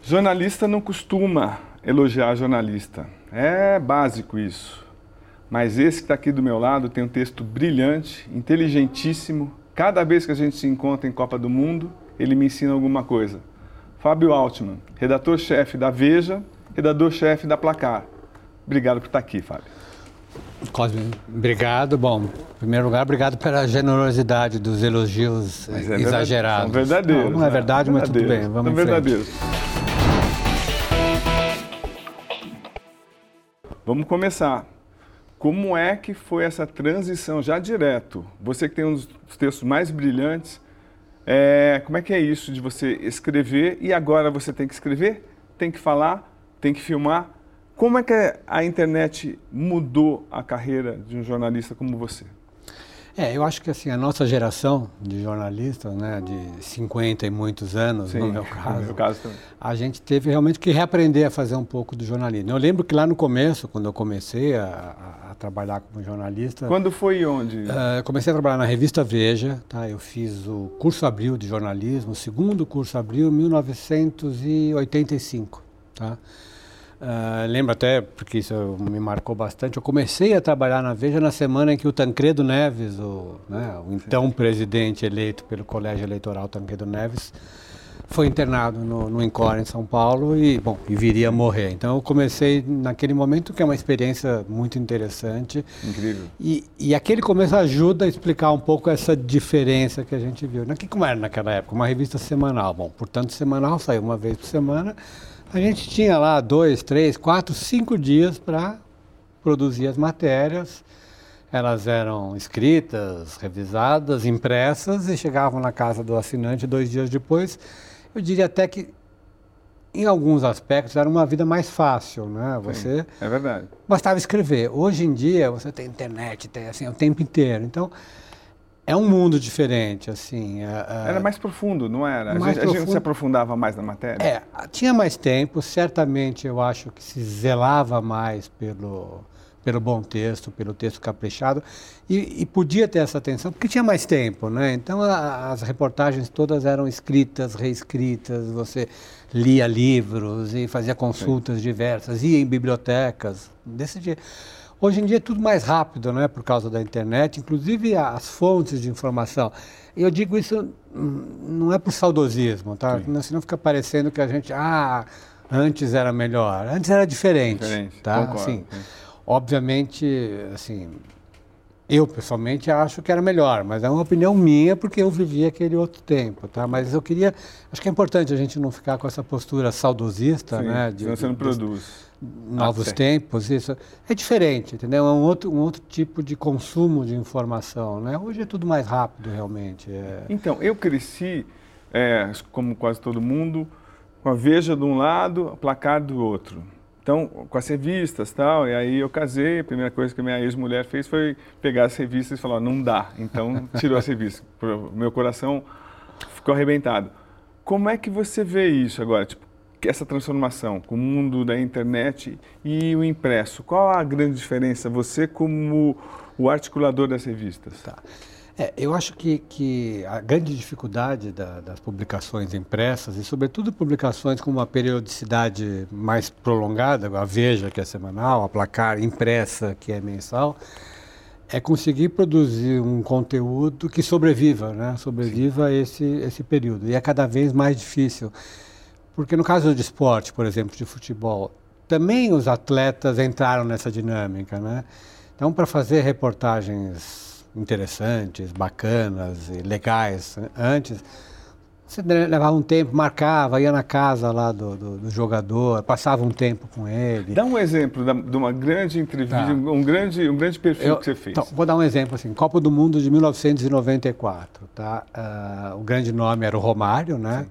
Jornalista não costuma elogiar jornalista. É básico isso. Mas esse que está aqui do meu lado tem um texto brilhante, inteligentíssimo. Cada vez que a gente se encontra em Copa do Mundo, ele me ensina alguma coisa. Fábio Altman, redator-chefe da Veja, redator-chefe da Placar. Obrigado por estar aqui, Fábio. Cosme, obrigado. Bom, em primeiro lugar, obrigado pela generosidade dos elogios exagerados. São verdadeiros. Não é verdade, mas tudo bem, vamos em frente. São verdadeiros. Vamos começar. Como é que foi essa transição, já direto? Você que tem um dos textos mais brilhantes, como é que é isso de você escrever e agora você tem que escrever, tem que falar, tem que filmar? Como é que a internet mudou a carreira de um jornalista como você? Eu acho que assim, a nossa geração de jornalistas, né, de 50 e muitos anos, Sim, no meu caso também. A gente teve realmente que reaprender a fazer um pouco do jornalismo. Eu lembro que lá no começo, quando eu comecei a trabalhar como jornalista... Quando foi e onde? Eu comecei a trabalhar na revista Veja, tá? Eu fiz o curso Abril de jornalismo, o segundo curso Abril, 1985, tá? Lembro até, porque isso me marcou bastante, eu comecei a trabalhar na Veja na semana em que o Tancredo Neves, o então presidente eleito pelo Colégio Eleitoral Tancredo Neves, foi internado no INCOR em São Paulo e viria a morrer. Então eu comecei naquele momento, que é uma experiência muito interessante. Incrível. E aquele começo ajuda a explicar um pouco essa diferença que a gente viu. Como era naquela época? Uma revista semanal. Portanto, semanal, saiu uma vez por semana. A gente tinha lá 2, 3, 4, 5 dias para produzir as matérias. Elas eram escritas, revisadas, impressas e chegavam na casa do assinante 2 dias depois. Eu diria até que, em alguns aspectos, era uma vida mais fácil, né? Sim, é verdade. Bastava escrever. Hoje em dia, você tem internet, tem assim, o tempo inteiro. Então, é um mundo diferente, assim. Era mais profundo, não era? A gente se aprofundava mais na matéria? Tinha mais tempo, certamente eu acho que se zelava mais pelo bom texto, pelo texto caprichado, e podia ter essa atenção, porque tinha mais tempo, né? Então as reportagens todas eram escritas, reescritas, você lia livros e fazia consultas diversas, ia em bibliotecas, desse jeito. Hoje em dia é tudo mais rápido, né, por causa da internet, inclusive as fontes de informação. E eu digo isso não é por saudosismo, tá? Senão fica parecendo que a gente, antes era melhor. Antes era diferente, tá? Concordo. Assim, obviamente, assim, eu pessoalmente acho que era melhor, mas é uma opinião minha porque eu vivi aquele outro tempo, tá? Mas acho que é importante a gente não ficar com essa postura saudosista, né? Senão você não produz. Novos tempos, isso é diferente, entendeu? É um outro tipo de consumo de informação, né? Hoje é tudo mais rápido, realmente. Então, eu cresci, como quase todo mundo, com a Veja de um lado, a Placar do outro. Então, com as revistas e tal, e aí eu casei, a primeira coisa que a minha ex-mulher fez foi pegar as revistas e falar, não dá, então tirou as revistas. O meu coração ficou arrebentado. Como é que você vê isso agora, essa transformação com o mundo da internet e o impresso? Qual a grande diferença, você como o articulador das revistas? Tá. Eu acho que a grande dificuldade das publicações impressas, e sobretudo publicações com uma periodicidade mais prolongada, a Veja, que é semanal, a Placar impressa, que é mensal, é conseguir produzir um conteúdo que sobreviva, né? Sobreviva a esse período. E é cada vez mais difícil. Porque no caso de esporte, por exemplo, de futebol, também os atletas entraram nessa dinâmica, né? Então, para fazer reportagens interessantes, bacanas e legais antes, você levava um tempo, marcava, ia na casa lá do jogador, passava um tempo com ele. Dá um exemplo de uma grande entrevista, um grande perfil que você fez. Então, vou dar um exemplo assim, Copa do Mundo de 1994, tá? O grande nome era o Romário, né?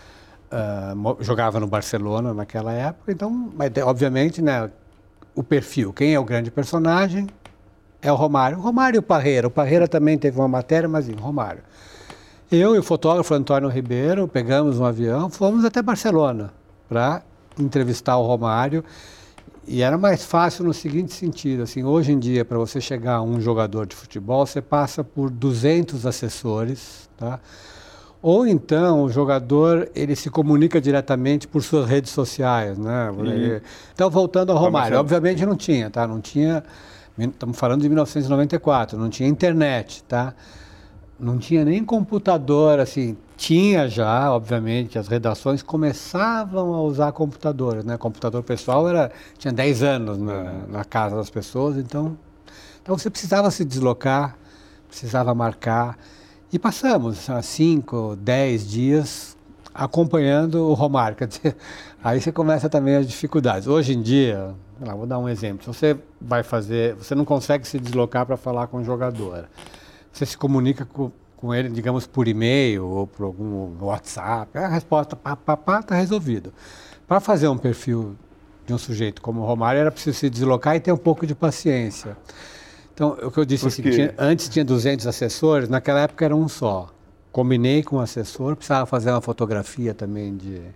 Jogava no Barcelona naquela época, então, mas, obviamente, né, o perfil, quem é o grande personagem é o Romário. O Romário e o Parreira. O Parreira também teve uma matéria, mas o Romário. Eu e o fotógrafo Antônio Ribeiro pegamos um avião, fomos até Barcelona para entrevistar o Romário. E era mais fácil no seguinte sentido, assim, hoje em dia, para você chegar a um jogador de futebol, você passa por 200 assessores, tá? Ou então o jogador ele se comunica diretamente por suas redes sociais, né? Então voltando ao Romário, obviamente não tinha, tá? Não tinha, estamos falando de 1994, não tinha internet, tá? Não tinha nem computador, assim, tinha já, obviamente, as redações começavam a usar computadores, né? Computador pessoal tinha 10 anos na casa das pessoas, então você precisava se deslocar, precisava marcar. E passamos 5, 10 dias acompanhando o Romário. Quer dizer, aí você começa também as dificuldades. Hoje em dia, vou dar um exemplo. Se você você não consegue se deslocar para falar com o jogador. Você se comunica com ele, digamos, por e-mail ou por algum WhatsApp. A resposta, está resolvido. Para fazer um perfil de um sujeito como o Romário, era preciso se deslocar e ter um pouco de paciência. Então, o que eu disse assim, antes tinha 200 assessores, naquela época era um só. Combinei com o assessor, precisava fazer uma fotografia também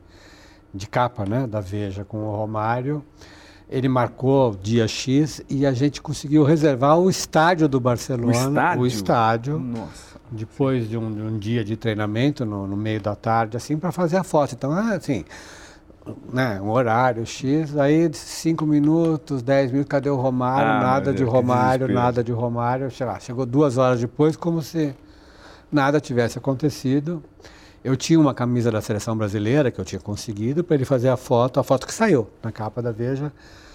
de capa, né, da Veja com o Romário. Ele marcou dia X e a gente conseguiu reservar o estádio do Barcelona. O estádio. Nossa. Depois de um dia de treinamento, no meio da tarde, assim, para fazer a foto. Então, assim, né, um horário X, aí 5 minutos, 10 minutos, cadê o Romário? Nada de Romário. Chegou 2 horas depois, como se nada tivesse acontecido. Eu tinha uma camisa da seleção brasileira que eu tinha conseguido para ele fazer a foto que saiu na capa da Veja,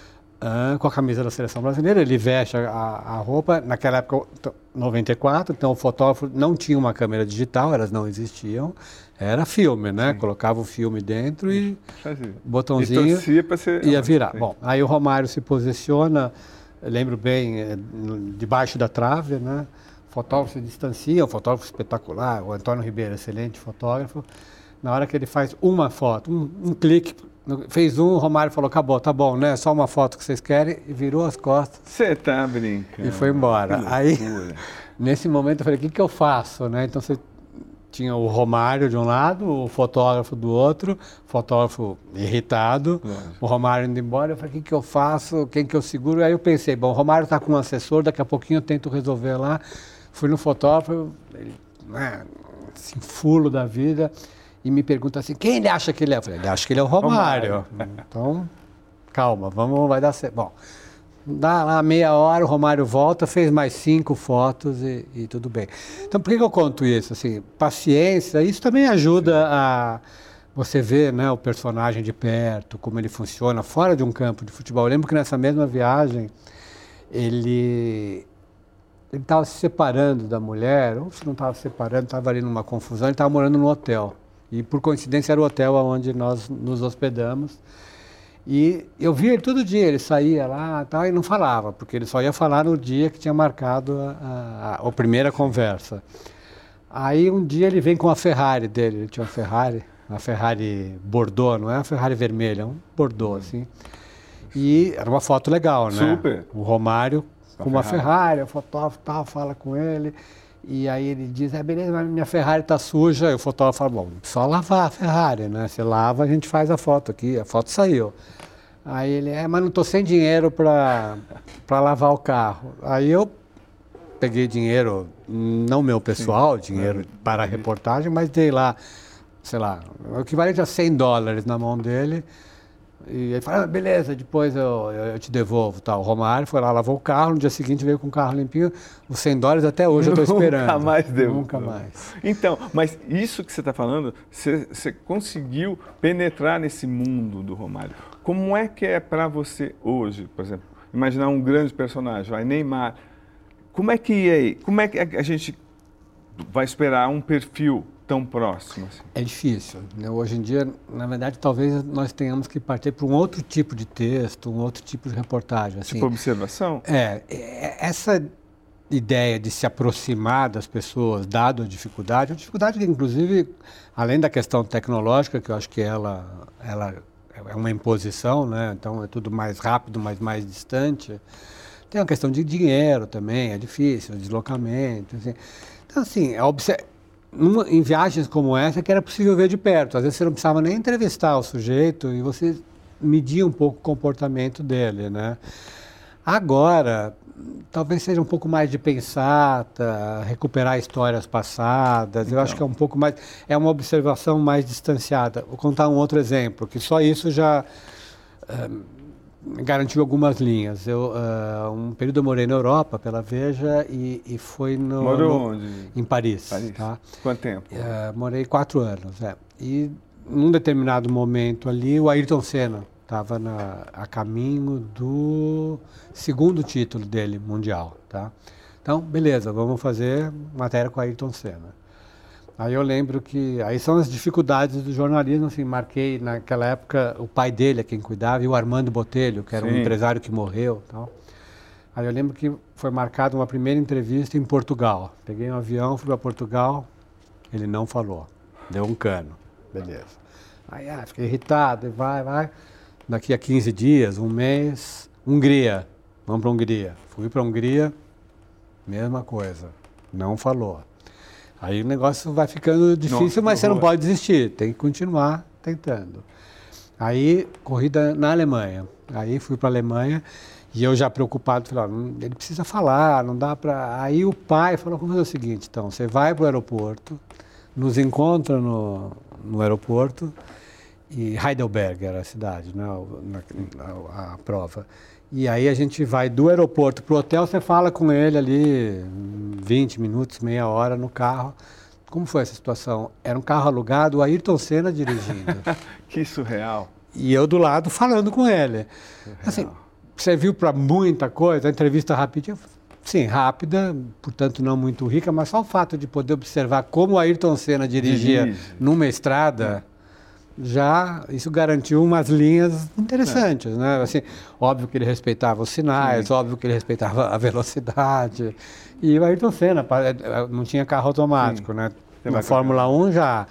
com a camisa da seleção brasileira. Ele veste a roupa, naquela época, 94, então o fotógrafo não tinha uma câmera digital, elas não existiam, era filme, né? Sim. Colocava o filme dentro e botãozinho ia virar. Sim. Bom, aí o Romário se posiciona, eu lembro bem, debaixo da trave, né? O fotógrafo se distancia, um fotógrafo espetacular, o Antônio Ribeiro, excelente fotógrafo. Na hora que ele faz uma foto, um clique, fez o Romário falou, acabou, tá bom, né? Só uma foto que vocês querem, e virou as costas. Você tá brincando. E foi embora. Aí, nesse momento, eu falei, o que eu faço, né? Então, você tinha o Romário de um lado, o fotógrafo do outro, fotógrafo irritado, o Romário indo embora. Eu falei, o que eu faço? Quem que eu seguro? Aí eu pensei, bom, o Romário tá com um assessor, daqui a pouquinho eu tento resolver lá. Fui no fotógrafo, ele, assim, fulo da vida, e me pergunta assim, quem ele acha que ele é? Eu falei, ele acha que ele é o Romário. Então, calma, vai dar certo. Bom, dá lá meia hora, o Romário volta, fez mais 5 fotos e tudo bem. Então, por que eu conto isso? Assim, paciência, isso também ajuda a você ver, né, o personagem de perto, como ele funciona, fora de um campo de futebol. Eu lembro que nessa mesma viagem, ele estava se separando da mulher, ou se não estava se separando, estava ali numa confusão, ele estava morando no hotel. E, por coincidência, era o hotel onde nós nos hospedamos. E eu via ele todo dia, ele saía lá tal, e não falava, porque ele só ia falar no dia que tinha marcado a primeira conversa. Aí, um dia, ele vem com a Ferrari dele, ele tinha uma Ferrari Bordeaux, não é uma Ferrari vermelha, é um Bordeaux, assim. E era uma foto legal, né? Super. O Romário com uma Ferrari, o fotógrafo tal, fala com ele, e aí ele diz, beleza, mas minha Ferrari está suja, e o fotógrafo fala, bom, só lavar a Ferrari, né? Você lava, a gente faz a foto aqui, a foto saiu. Aí ele, mas não estou sem dinheiro para lavar o carro. Aí eu peguei dinheiro, não meu pessoal, dinheiro para a reportagem, mas dei lá, sei lá, o equivalente a $100 na mão dele. E ele falou, beleza, depois eu te devolvo, tal. O Romário foi lá, lavou o carro, no dia seguinte veio com o carro limpinho. Os $100 até hoje eu estou esperando. Nunca mais deu. Nunca mais. Então, mas isso que você está falando, você conseguiu penetrar nesse mundo do Romário. Como é que é para você hoje, por exemplo, imaginar um grande personagem, Neymar, como é que a gente vai esperar um perfil tão próximo? Assim? É difícil, né? Hoje em dia, na verdade, talvez nós tenhamos que partir para um outro tipo de texto, um outro tipo de reportagem. Assim. Tipo observação? Essa ideia de se aproximar das pessoas, dado a dificuldade que, inclusive, além da questão tecnológica, que eu acho que ela é uma imposição, né? Então é tudo mais rápido, mas mais distante. Tem uma questão de dinheiro também, é difícil, deslocamento. Assim. Então, assim, em viagens como essa, que era possível ver de perto. Às vezes você não precisava nem entrevistar o sujeito e você media um pouco o comportamento dele, né? Agora, talvez seja um pouco mais de pensar, recuperar histórias passadas. Então. Eu acho que é um pouco mais, é uma observação mais distanciada. Vou contar um outro exemplo, que só isso já garantiu algumas linhas. Um período eu morei na Europa, pela Veja, e foi Morou onde? Em Paris. Paris. Tá? Quanto tempo? Morei 4 anos. E num determinado momento ali, o Ayrton Senna estava a caminho do segundo título dele, mundial. Tá? Então, beleza, vamos fazer matéria com o Ayrton Senna. Aí eu lembro que, aí são as dificuldades do jornalismo, assim, marquei naquela época o pai dele, quem cuidava, e o Armando Botelho, que era um empresário que morreu. Tal. Aí eu lembro que foi marcada uma primeira entrevista em Portugal. Peguei um avião, fui para Portugal, ele não falou, deu um cano, beleza. Aí fiquei irritado, e vai. Daqui a 15 dias, um mês, Hungria, vamos para a Hungria. Fui para a Hungria, mesma coisa, não falou. Aí o negócio vai ficando difícil, mas você não pode desistir, tem que continuar tentando. Aí, corrida na Alemanha. Aí fui para a Alemanha e eu já preocupado, falei, ele precisa falar, não dá para... Aí o pai falou, vamos fazer o seguinte, então, você vai para o aeroporto, nos encontra no aeroporto, e Heidelberg era a cidade, né, a prova. E aí a gente vai do aeroporto para o hotel, você fala com ele ali 20 minutos, meia hora no carro. Como foi essa situação? Era um carro alugado, o Ayrton Senna dirigindo. Que surreal. E eu do lado falando com ele. Assim, serviu para muita coisa, a entrevista rapidinha, sim, rápida, portanto não muito rica, mas só o fato de poder observar como o Ayrton Senna dirigia numa estrada... Já isso garantiu umas linhas interessantes, né? Assim, óbvio que ele respeitava os sinais, óbvio que ele respeitava a velocidade. E o Ayrton Senna não tinha carro automático, né? Na Fórmula 1 já,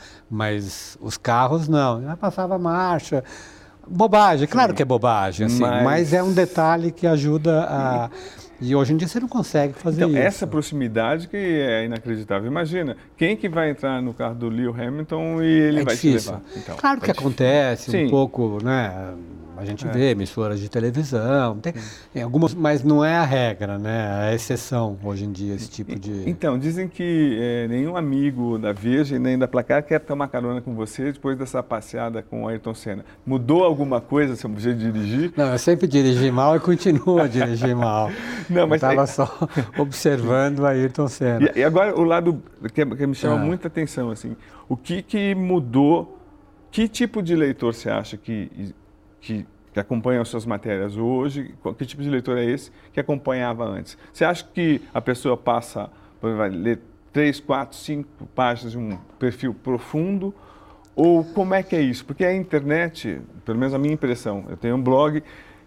mas os carros não. Já passava marcha. Bobagem, claro que é bobagem, assim, mas é um detalhe que ajuda a... E hoje em dia você não consegue fazer isso. Essa proximidade que é inacreditável. Imagina, quem que vai entrar no carro do Lewis Hamilton e ele vai te levar? Então, claro que acontece um pouco, né? A gente vê emissoras de televisão, tem algumas, mas não é a regra, né? A exceção hoje em dia, esse tipo de... Então, dizem que nenhum amigo da Veja e nem da Placar quer tomar carona com você depois dessa passeada com o Ayrton Senna. Mudou alguma coisa seu jeito de dirigir? Não, eu sempre dirigi mal e continuo a dirigir mal. Não, mas estava só observando o Ayrton Senna. E agora o lado que me chama muita atenção, assim, o que mudou, que tipo de leitor você acha que acompanha as suas matérias hoje, que tipo de leitor é esse que acompanhava antes? Você acha que a pessoa passa, vai ler 3, 4, 5 páginas de um perfil profundo, ou como é que é isso? Porque a internet, pelo menos a minha impressão, eu tenho um blog,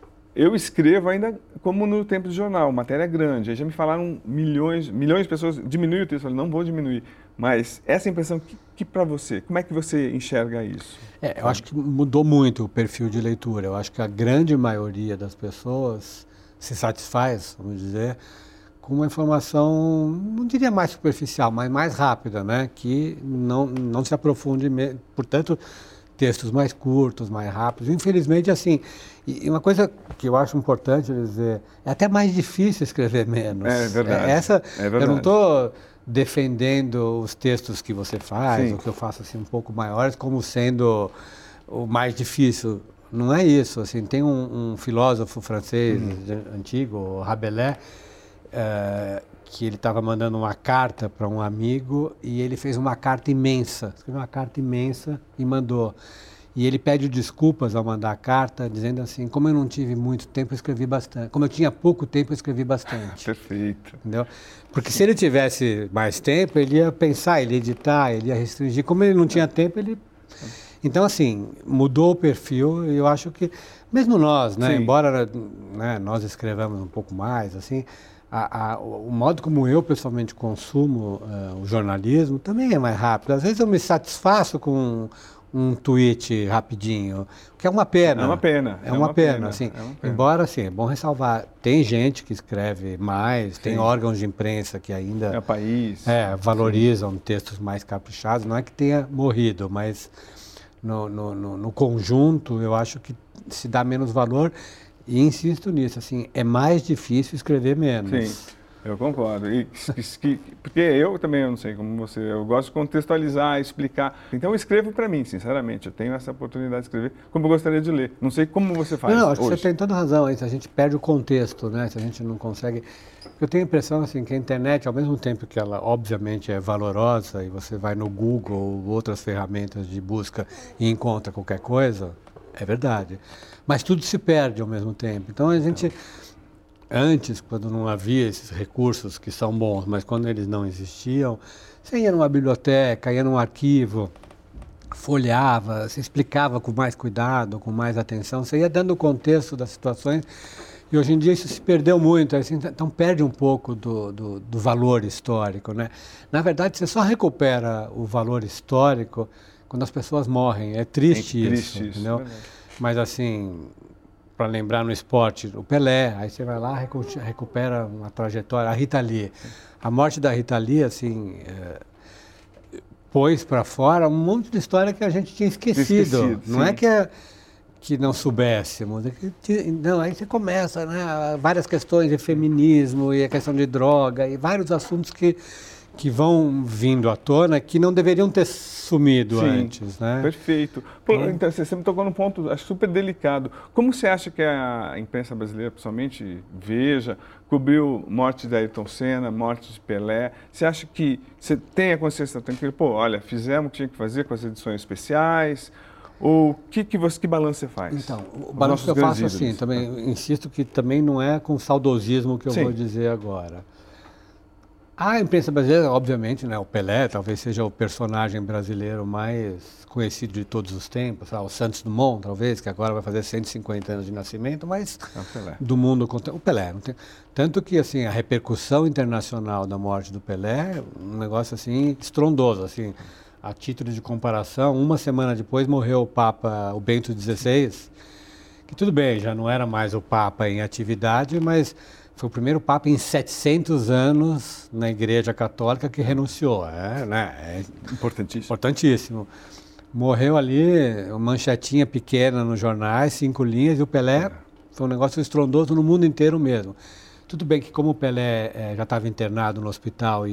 eu escrevo ainda como no tempo de jornal, matéria grande, aí já me falaram milhões de pessoas, diminui o texto, eu falei, não vou diminuir, mas essa impressão que para você, como é que você enxerga isso? Eu acho que mudou muito o perfil de leitura, eu acho que a grande maioria das pessoas se satisfaz, vamos dizer, com uma informação, não diria mais superficial, mas mais rápida, né? Que não se aprofunde, portanto, textos mais curtos, mais rápidos. Infelizmente, assim, e uma coisa que eu acho importante dizer, é até mais difícil escrever menos. É verdade. É verdade. Eu não estou defendendo os textos que você faz, ou que eu faço assim um pouco maiores, como sendo o mais difícil. Não é isso. Assim, tem um filósofo francês antigo, Rabelais, que ele estava mandando uma carta para um amigo e ele fez uma carta imensa, escreveu uma carta imensa e mandou. E ele pede desculpas ao mandar a carta, dizendo assim, como eu não tive muito tempo, eu escrevi bastante. Como eu tinha pouco tempo, eu escrevi bastante. Perfeito. Entendeu? Porque se ele tivesse mais tempo, ele ia pensar, ele ia editar, ele ia restringir. Como ele não tinha tempo, ele... Então, assim, mudou o perfil e eu acho que, mesmo nós, né, embora nós escrevamos um pouco mais, assim, o modo como eu pessoalmente consumo o jornalismo também é mais rápido. Às vezes eu me satisfaço com um tweet rapidinho, que é uma pena. É uma pena. É uma pena, assim. Embora, assim, é bom ressalvar, tem gente que escreve mais, tem órgãos de imprensa que ainda valorizam textos mais caprichados. Não é que tenha morrido, mas no conjunto eu acho que se dá menos valor. E insisto nisso, assim, é mais difícil escrever menos. Sim, eu concordo. Porque eu também, eu não sei como você, eu gosto de contextualizar, explicar. Então eu escrevo para mim, sinceramente. Eu tenho essa oportunidade de escrever como eu gostaria de ler. Não sei como você faz Não, acho hoje. que você tem toda razão. A gente perde o contexto, né? Se a gente não consegue... Eu tenho a impressão assim, que a internet, ao mesmo tempo que ela obviamente é valorosa e você vai no Google ou outras ferramentas de busca e encontra qualquer coisa, é verdade. Mas tudo se perde ao mesmo tempo. Então a gente, antes, quando não havia esses recursos que são bons, mas quando eles não existiam, você ia numa biblioteca, ia num arquivo, folheava, se explicava com mais cuidado, com mais atenção, você ia dando o contexto das situações. E hoje em dia isso se perdeu muito, assim, então perde um pouco do valor histórico, né? Na verdade, você só recupera o valor histórico quando as pessoas morrem. É triste isso, entendeu? Mas assim, para lembrar no esporte, o Pelé, aí você vai lá, recupera uma trajetória. A Rita Lee, a morte da Rita Lee, assim, pôs para fora um monte de história que a gente tinha esquecido. Não é que não soubéssemos. Não, aí você começa, né? Várias questões de feminismo e a questão de droga e vários assuntos que vão vindo à tona que não deveriam ter sumido antes, né? Perfeito. Pô, então, você me tocou num ponto acho super delicado. Como você acha que a imprensa brasileira, principalmente Veja, cobriu morte de Ayrton Senna, morte de Pelé? Você acha que você tem a consciência tranquila? Pô, olha, fizemos o que tinha que fazer com as edições especiais. Ou que balanço você faz? Então, o balanço que eu faço assim, também insisto que também não é com saudosismo que eu vou dizer agora. A imprensa brasileira, obviamente, né, o Pelé talvez seja o personagem brasileiro mais conhecido de todos os tempos, o Santos Dumont, talvez, que agora vai fazer 150 anos de nascimento, mas do mundo... O Pelé. Não tem, tanto que assim, a repercussão internacional da morte do Pelé é um negócio assim, estrondoso, assim. A título de comparação, uma semana depois morreu o Papa, o Bento XVI, que tudo bem, já não era mais o Papa em atividade, mas foi o primeiro Papa em 700 anos na Igreja Católica que renunciou. É importantíssimo. Importantíssimo. Morreu ali, uma manchetinha pequena nos jornais, 5 linhas, e o Pelé foi um negócio estrondoso no mundo inteiro mesmo. Tudo bem que como o Pelé já estava internado no hospital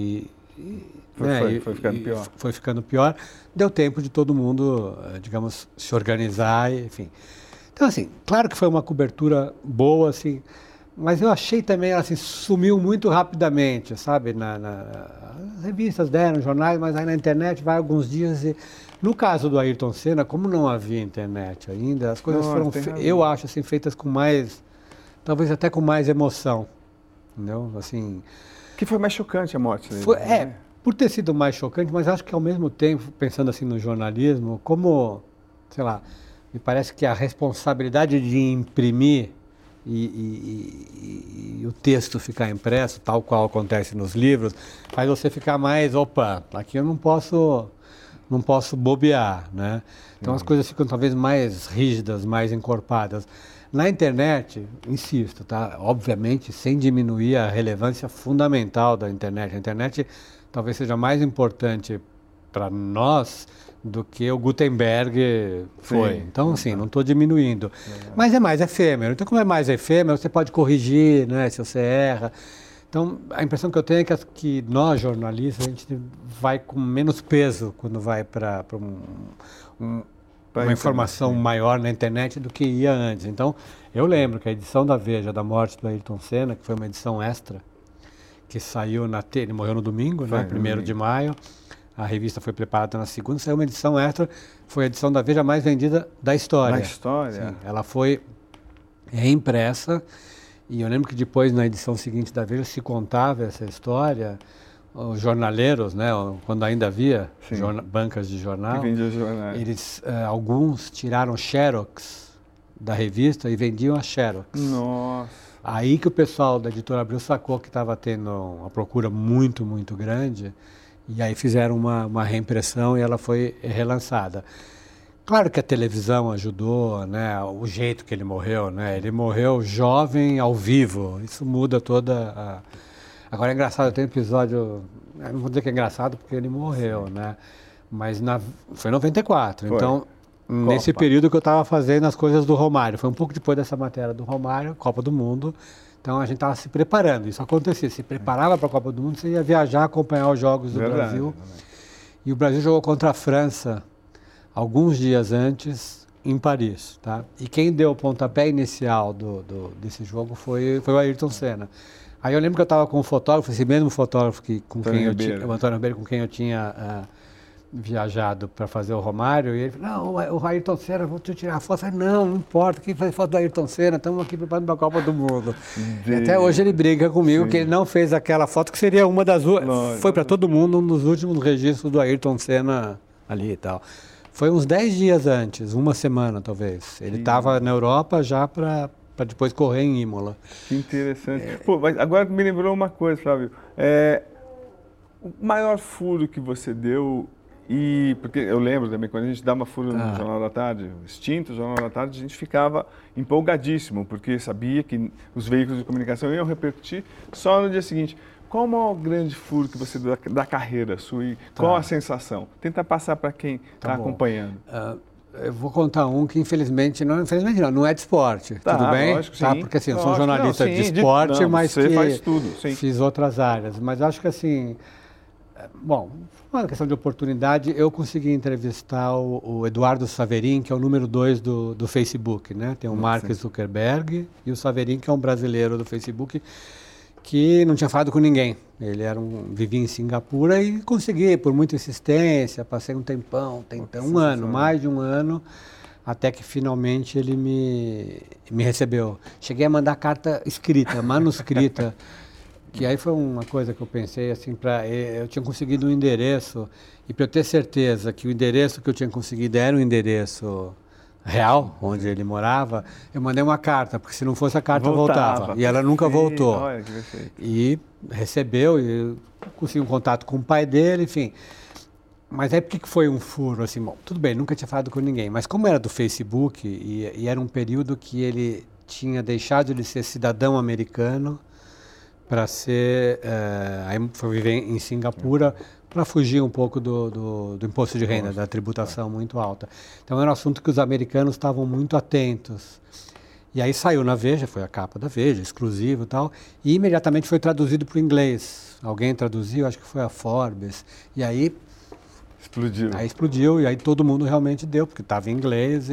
foi ficando pior. Foi ficando pior. Deu tempo de todo mundo, digamos, se organizar, enfim. Então, assim, claro que foi uma cobertura boa, assim, mas eu achei também, assim, sumiu muito rapidamente, sabe? As revistas deram, jornais, mas aí na internet vai alguns dias e... No caso do Ayrton Senna, como não havia internet ainda, as coisas foram, eu acho, assim, feitas com mais, talvez até com mais emoção, entendeu? Assim... Que foi mais chocante a morte dele. Por ter sido mais chocante, mas acho que ao mesmo tempo, pensando assim no jornalismo, como, sei lá, me parece que a responsabilidade de imprimir e o texto ficar impresso, tal qual acontece nos livros, faz você ficar mais, opa, aqui eu não posso bobear, né? Então as coisas ficam talvez mais rígidas, mais encorpadas. Na internet, insisto, tá? Obviamente, sem diminuir a relevância fundamental da internet. A internet talvez seja mais importante para nós do que o Gutenberg foi. Então, assim, não estou diminuindo. Mas é mais efêmero. Então, como é mais efêmero, você pode corrigir, né, se você erra. Então, a impressão que eu tenho é que nós, jornalistas, a gente vai com menos peso quando vai para uma informação maior na internet do que ia antes. Então, eu lembro que a edição da Veja da morte do Ayrton Senna, que foi uma edição extra, que saiu ele morreu no domingo, né, 1º de maio, a revista foi preparada na segunda, saiu uma edição extra, foi a edição da Veja mais vendida da história. Da história? Sim, ela foi reimpressa, e eu lembro que depois, na edição seguinte da Veja, se contava essa história. Os jornaleiros, né, quando ainda havia bancas de jornal, eles, alguns tiraram xerox da revista e vendiam a xerox. Nossa! Aí que o pessoal da Editora Abril sacou que estava tendo uma procura muito, muito grande, e aí fizeram uma reimpressão e ela foi relançada. Claro que a televisão ajudou, né, o jeito que ele morreu, né, ele morreu jovem ao vivo, isso muda toda a... Agora é engraçado, tem um episódio, não vou dizer que é engraçado porque ele morreu, né? Mas foi em 94, então Nesse período que eu estava fazendo as coisas do Romário. Foi um pouco depois dessa matéria do Romário, Copa do Mundo. Então a gente estava se preparando. Isso acontecia. Se preparava para a Copa do Mundo, você ia viajar, acompanhar os jogos do Brasil. E o Brasil jogou contra a França alguns dias antes, em Paris. Tá? E quem deu o pontapé inicial desse jogo foi o Ayrton Senna. Aí eu lembro que eu estava com um fotógrafo, esse mesmo fotógrafo o Antônio Ribeiro, com quem eu tinha viajado para fazer o Romário, e ele falou, não, o Ayrton Senna, vou te tirar a foto. Eu falei, não importa, quem faz foto do Ayrton Senna, estamos aqui preparando para a Copa do Mundo. E até hoje ele briga comigo, que ele não fez aquela foto, que seria uma das... Foi para todo mundo um dos últimos registros do Ayrton Senna ali e tal. Foi uns 10 dias antes, uma semana talvez. Ele estava na Europa já para depois correr em Imola. Que interessante. Pô, mas agora me lembrou uma coisa, Flávio. O maior furo que você deu, porque eu lembro também, quando a gente dava furo no Jornal da Tarde, extinto Jornal da Tarde, a gente ficava empolgadíssimo, porque sabia que os veículos de comunicação iam repercutir só no dia seguinte. Qual o maior grande furo que você deu da carreira sua e qual a sensação? Tenta passar para quem está acompanhando. Eu vou contar um que infelizmente não é de esporte, tudo bem? Lógico, sim. Porque assim, eu sou jornalista de esporte, mas você faz tudo, fiz outras áreas. Mas acho que assim, bom, uma questão de oportunidade, eu consegui entrevistar o Eduardo Saverin, que é o número 2 do Facebook, né? Tem o Mark Zuckerberg e o Saverin, que é um brasileiro do Facebook, que não tinha falado com ninguém. Ele vivia em Singapura e consegui, por muita insistência, passei um tempão, um ano, mais de um ano, até que finalmente ele me recebeu. Cheguei a mandar carta escrita, manuscrita, que aí foi uma coisa que eu pensei, assim, eu tinha conseguido um endereço, e para eu ter certeza que o endereço que eu tinha conseguido era um endereço real, onde ele morava, eu mandei uma carta, porque se não fosse a carta voltava. E ela nunca voltou. Olha, que perfeito. E recebeu, e consegui um contato com o pai dele, enfim. Mas aí por que foi um furo? Assim, bom, tudo bem, nunca tinha falado com ninguém, mas como era do Facebook, e era um período que ele tinha deixado de ser cidadão americano para ser... aí foi viver em Singapura, para fugir um pouco do imposto de renda, da tributação muito alta. Então era um assunto que os americanos estavam muito atentos. E aí saiu na Veja, foi a capa da Veja, exclusivo e tal, e imediatamente foi traduzido para o inglês. Alguém traduziu, acho que foi a Forbes, e aí... Explodiu. Aí explodiu, e aí todo mundo realmente deu, porque estava em inglês.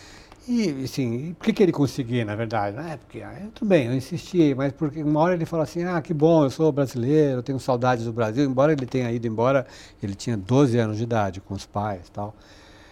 E assim, por que ele conseguia, na verdade? Porque, tudo bem, eu insisti, mas porque uma hora ele fala assim, que bom, eu sou brasileiro, eu tenho saudades do Brasil, embora ele tenha ido embora, ele tinha 12 anos de idade, com os pais e tal.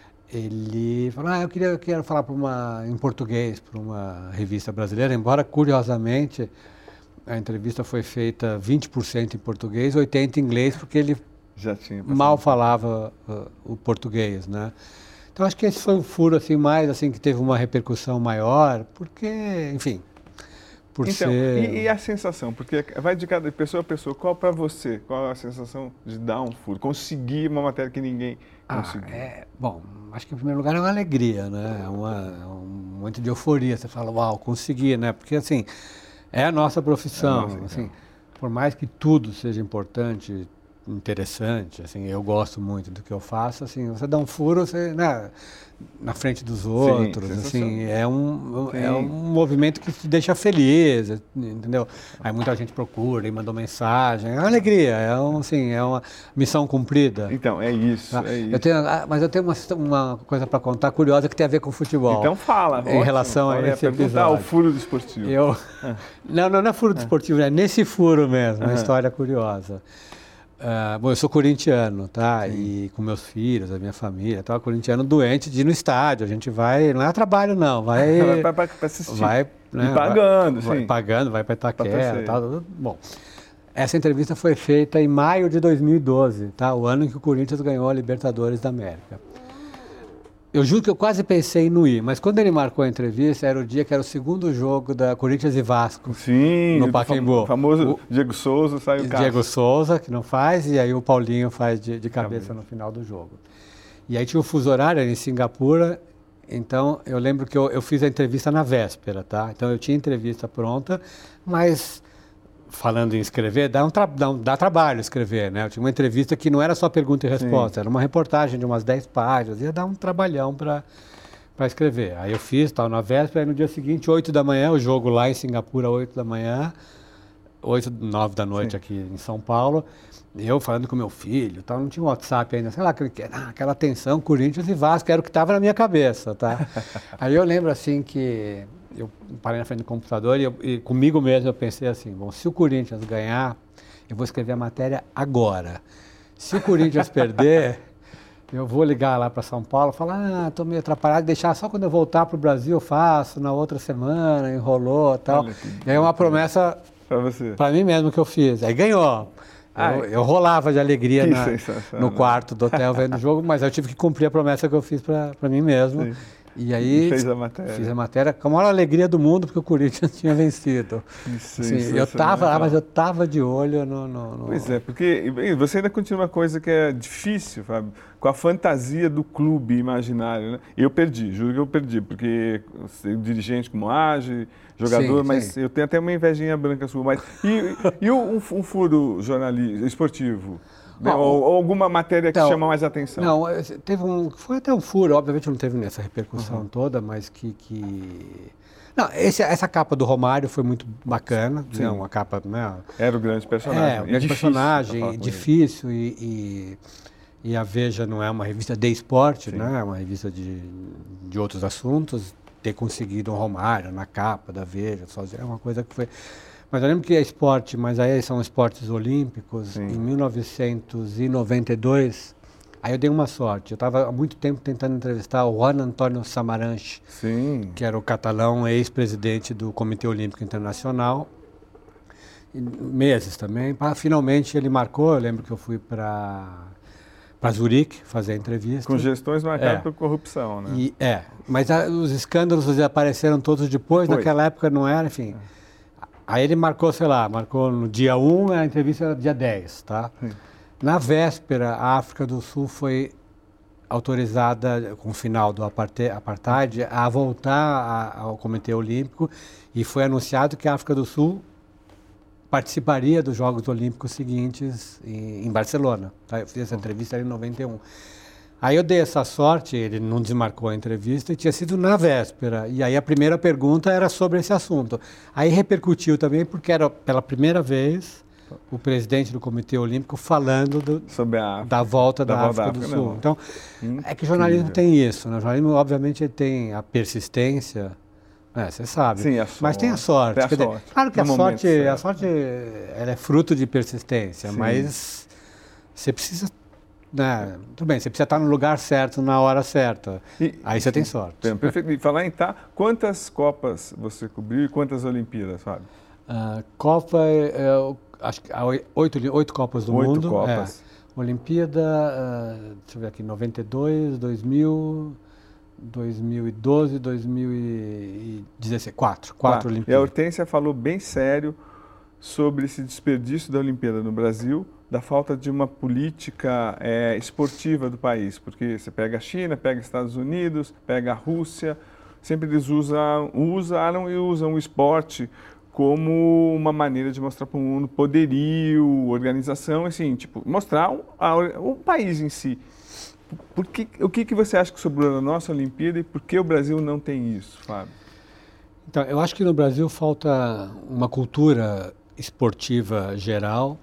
Ele falou, eu quero falar em português, para uma revista brasileira, embora, curiosamente, a entrevista foi feita 20% em português, 80% em inglês, porque ele mal falava o português, né? Então, acho que esse foi um furo, assim, mais, assim, que teve uma repercussão maior, porque, enfim, ser... E a sensação? Porque vai de cada pessoa a pessoa. Qual para você? Qual a sensação de dar um furo? Conseguir uma matéria que ninguém conseguiu? Bom, acho que em primeiro lugar é uma alegria, né? É um momento de euforia. Você fala, uau, consegui, né? Porque, assim, é a nossa profissão. Assim, por mais que tudo seja importante, interessante, assim, eu gosto muito do que eu faço, assim, você dá um furo, você, né, na frente dos outros, assim, é um movimento que te deixa feliz, entendeu? Aí muita gente procura e mandou mensagem, é uma alegria, é uma missão cumprida. Então, é isso, tá? Mas eu tenho uma coisa para contar curiosa que tem a ver com futebol. Então fala, em relação a esse episódio. O furo desportivo. Não é furo desportivo, é nesse furo mesmo, uma história curiosa. Bom, eu sou corintiano, tá? Sim. E com meus filhos, a minha família, tá? Corintiano doente de ir no estádio. A gente vai, não é trabalho não, vai para assistir. Vai, né, e pagando, vai pagando, vai para Itaquera, tal. Bom, essa entrevista foi feita em maio de 2012, tá? O ano em que o Corinthians ganhou a Libertadores da América. Eu juro que eu quase pensei em não ir, mas quando ele marcou a entrevista, era o dia que era o segundo jogo da Corinthians e Vasco. Sim, no Pacaembu. O famoso Diego Souza saiu o Diego Souza, que não faz, e aí o Paulinho faz de cabeça no final do jogo. E aí tinha o fuso horário em Singapura, então eu lembro que eu fiz a entrevista na véspera, tá? Então eu tinha a entrevista pronta, mas falando em escrever, dá trabalho escrever, né? Eu tinha uma entrevista que não era só pergunta e resposta, era uma reportagem de umas 10 páginas, ia dar um trabalhão para escrever. Aí eu fiz, tal, na véspera, aí no dia seguinte, 8 da manhã, o jogo lá em Singapura, 8 da manhã, 8, 9 da noite aqui em São Paulo, eu falando com meu filho, tal, não tinha WhatsApp ainda, sei lá, aquela tensão, Corinthians e Vasco, era o que estava na minha cabeça, tá? Aí eu lembro assim que eu parei na frente do computador e comigo mesmo eu pensei assim, bom, se o Corinthians ganhar, eu vou escrever a matéria agora. Se o Corinthians perder, eu vou ligar lá para São Paulo, falar, estou meio atrapalhado, deixar só quando eu voltar para o Brasil eu faço, na outra semana, enrolou e tal. E aí é uma promessa para mim mesmo que eu fiz. Aí ganhou. Eu rolava de alegria no quarto do hotel vendo o jogo, mas eu tive que cumprir a promessa que eu fiz para mim mesmo. Sim. E aí fiz a matéria com a maior alegria do mundo, porque o Corinthians tinha vencido. Assim, eu estava de olho no... Pois é, porque você ainda continua uma coisa que é difícil, Fábio, com a fantasia do clube imaginário, né? Eu perdi, juro que eu perdi, porque dirigente como age, jogador, sim, mas sim. Eu tenho até uma invejinha branca sua. Mas, e um furo jornalístico, esportivo? Né? Ou alguma matéria que chama mais atenção? Não, foi até um furo, obviamente não teve nessa repercussão toda, mas Não, essa capa do Romário foi muito bacana, né? Uma capa... Né? Era o grande personagem. O grande personagem, difícil e a Veja não é uma revista de esporte, né? É uma revista de outros assuntos, ter conseguido um Romário na capa da Veja, sozinho, é uma coisa que foi... Mas eu lembro que é esporte, mas aí são esportes olímpicos. Sim. Em 1992, aí eu dei uma sorte. Eu estava há muito tempo tentando entrevistar o Juan Antonio Samaranch, que era o catalão ex-presidente do Comitê Olímpico Internacional. Meses também. Finalmente ele marcou, eu lembro que eu fui para Zurique fazer a entrevista. Com gestões marcadas por corrupção, né? Mas os escândalos apareceram todos depois, naquela época não era, enfim... Aí ele marcou no dia 1, a entrevista era dia 10, tá? Sim. Na véspera, a África do Sul foi autorizada, com o final do apartheid, a voltar ao Comitê Olímpico e foi anunciado que a África do Sul participaria dos Jogos Olímpicos seguintes em Barcelona. Tá? Eu fiz essa entrevista em 91. Aí eu dei essa sorte, ele não desmarcou a entrevista e tinha sido na véspera. E aí a primeira pergunta era sobre esse assunto. Aí repercutiu também porque era pela primeira vez o presidente do Comitê Olímpico falando sobre da volta da África do Sul. Então, é que o jornalismo tem isso, né? O jornalismo, obviamente, ele tem a persistência, você sabe. Sim, a sorte. Mas tem a sorte. Claro que a sorte ela é fruto de persistência, sim. Mas você precisa... tudo bem, você precisa estar no lugar certo, na hora certa. Aí você tem sorte. Perfeito. E falar em quantas Copas você cobriu e quantas Olimpíadas, Fábio? Copa, acho que 8 Copas do Mundo. 8 Copas. Olimpíada, deixa eu ver aqui, 92, 2000, 2012, 2016, 4 Olimpíadas. E a Hortência falou bem sério sobre esse desperdício da Olimpíada no Brasil, da falta de uma política esportiva do país, porque você pega a China, pega Estados Unidos, pega a Rússia, sempre eles usaram e usam o esporte como uma maneira de mostrar para o mundo poderio, organização, assim, tipo, mostrar o país em si. O que você acha que sobrou na nossa Olimpíada e por que o Brasil não tem isso, Fábio? Então, eu acho que no Brasil falta uma cultura esportiva geral.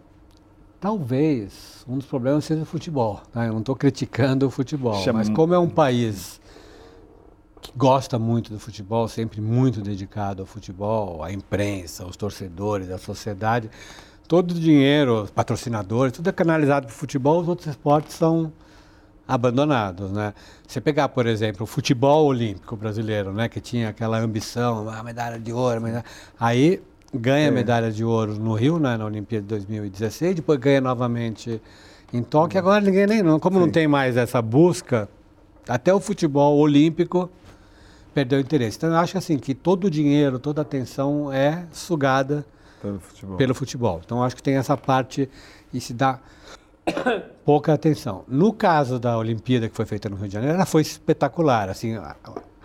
Talvez um dos problemas seja o futebol. Tá? Eu não estou criticando o futebol, mas como é um país que gosta muito do futebol, sempre muito dedicado ao futebol, à imprensa, aos torcedores, à sociedade, todo o dinheiro, os patrocinadores, tudo é canalizado para o futebol, os outros esportes são abandonados, né? Você pegar, por exemplo, o futebol olímpico brasileiro, né, que tinha aquela ambição, medalha de ouro, aí ganha medalha de ouro no Rio, né, na Olimpíada de 2016, depois ganha novamente em Tóquio, agora ninguém como não tem mais essa busca, até o futebol olímpico perdeu interesse. Então eu acho assim que todo o dinheiro, toda a atenção é sugada pelo futebol. Então eu acho que tem essa parte e se dá pouca atenção. No caso da Olimpíada que foi feita no Rio de Janeiro, ela foi espetacular, assim,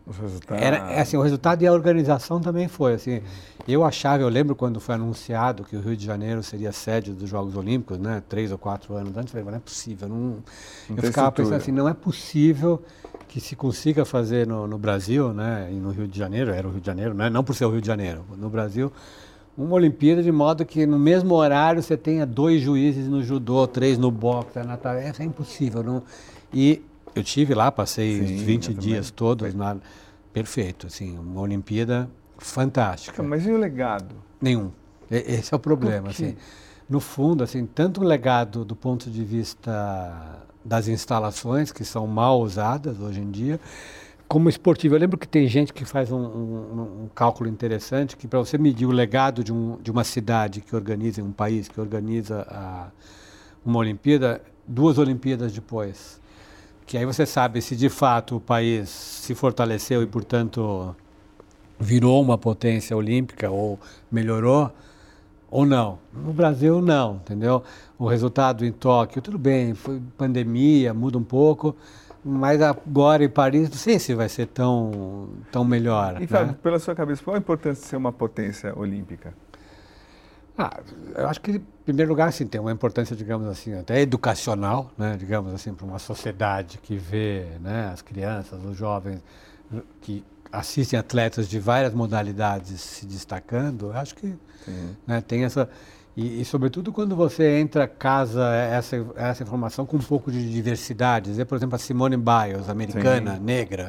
Os resultados. Assim, o resultado e a organização também foi, assim, eu lembro quando foi anunciado que o Rio de Janeiro seria sede dos Jogos Olímpicos, né, 3 ou 4 anos antes, eu falei, mas não é possível, eu ficava pensando assim, não é possível que se consiga fazer no Brasil, né, e no Rio de Janeiro, era o Rio de Janeiro, né, não por ser o Rio de Janeiro, no Brasil, uma Olimpíada de modo que no mesmo horário você tenha 2 juízes no judô, 3 no boxe, é impossível, não. E eu estive lá, passei os 20 dias todos, perfeito, assim, uma Olimpíada fantástica. Mas e o legado? Nenhum. Esse é o problema, assim. No fundo, assim, tanto o legado do ponto de vista das instalações, que são mal usadas hoje em dia, como esportivo. Eu lembro que tem gente que faz um cálculo interessante, que para você medir o legado de uma cidade que organiza, um país que organiza uma Olimpíada, 2 Olimpíadas depois. Que aí você sabe se de fato o país se fortaleceu e, portanto, virou uma potência olímpica ou melhorou ou não. No Brasil, não, entendeu? O resultado em Tóquio, tudo bem, foi pandemia, muda um pouco, mas agora em Paris, não sei se vai ser tão melhor. E, Fábio, pela sua cabeça, qual a importância de ser uma potência olímpica? Eu acho que, em primeiro lugar, assim, tem uma importância, digamos assim, até educacional, né, digamos assim, para uma sociedade que vê, né, as crianças, os jovens que assistem atletas de várias modalidades se destacando. Eu acho que, né, tem essa... E, sobretudo, quando você casa essa informação com um pouco de diversidade. Por exemplo, a Simone Biles, americana, negra.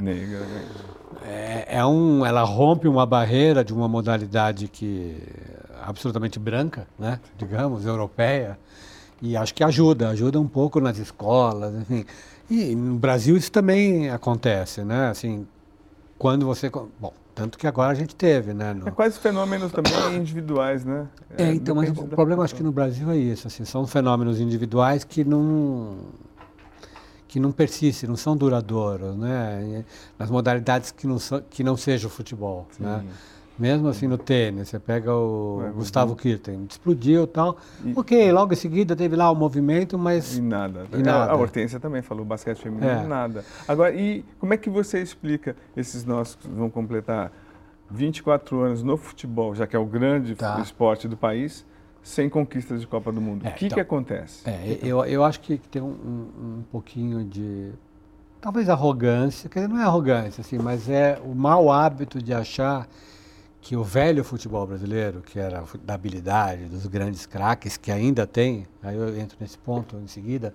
Ela rompe uma barreira de uma modalidade que absolutamente branca, né, digamos, europeia, e acho que ajuda um pouco nas escolas, enfim. E no Brasil isso também acontece, né, assim, quando você... Bom, tanto que agora a gente teve, né? Quase fenômenos também individuais, né? Então, mas o problema acho que no Brasil é isso, assim, são fenômenos individuais que não persistem, não são duradouros, né? Nas modalidades que não seja o futebol, né? Mesmo assim no tênis, você pega o Gustavo Kuerten, explodiu e tal. Ok, logo em seguida teve lá o movimento, mas... E nada. A Hortência também falou, basquete feminino, nada. Agora, e como é que você explica esses nossos que vão completar 24 anos no futebol, já que é o grande esporte do país, sem conquistas de Copa do Mundo? O que acontece? Eu acho que tem um pouquinho de... talvez arrogância, quer dizer, não é arrogância, assim, mas é o mau hábito de achar que o velho futebol brasileiro, que era da habilidade, dos grandes craques, que ainda tem, aí eu entro nesse ponto em seguida,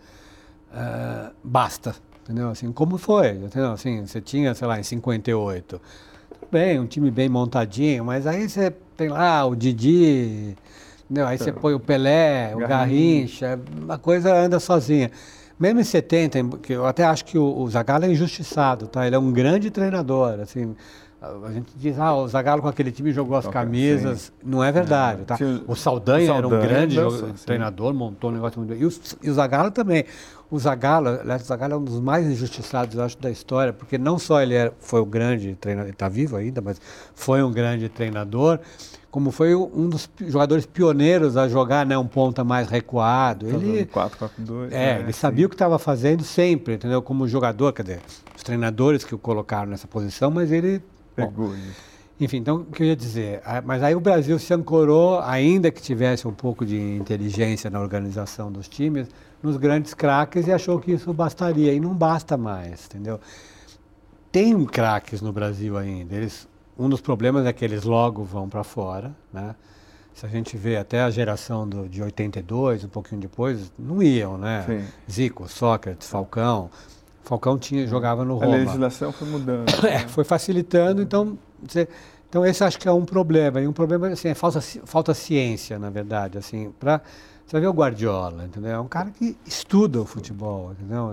basta, entendeu? Assim, como foi, entendeu? Assim, você tinha, sei lá, em 58, tudo bem, um time bem montadinho, mas aí você tem lá o Didi, entendeu? Aí você põe o Pelé, o Garrincha, a coisa anda sozinha. Mesmo em 70, que eu até acho que o Zagallo é injustiçado, tá? Ele é um grande treinador, assim... A gente diz, o Zagallo com aquele time jogou as camisas. Não é verdade, tá? O Saldanha era um grande treinador, montou um negócio muito bem. E o Zagallo também. O Zagallo é um dos mais injustiçados, eu acho, da história, porque não só ele foi um grande treinador, ele está vivo ainda, mas foi um grande treinador, como foi um dos jogadores pioneiros a jogar, né, um ponta mais recuado. Ele 4-4-2. Ele sabia o que estava fazendo sempre, entendeu? Como jogador, quer dizer, os treinadores que o colocaram nessa posição, mas ele... Pegou. Enfim, então, o que eu ia dizer? Mas aí o Brasil se ancorou, ainda que tivesse um pouco de inteligência na organização dos times, nos grandes craques e achou que isso bastaria. E não basta mais, entendeu? Tem craques no Brasil ainda. Um dos problemas é que eles logo vão para fora, né? Se a gente vê até a geração de 82, um pouquinho depois, não iam, né? Sim. Zico, Sócrates, Falcão... Falcão jogava no Roma. A legislação foi mudando. Foi facilitando, então esse acho que é um problema. E um problema assim, falta ciência, na verdade. Assim, você vai ver o Guardiola, entendeu? É um cara que estuda o futebol, entendeu?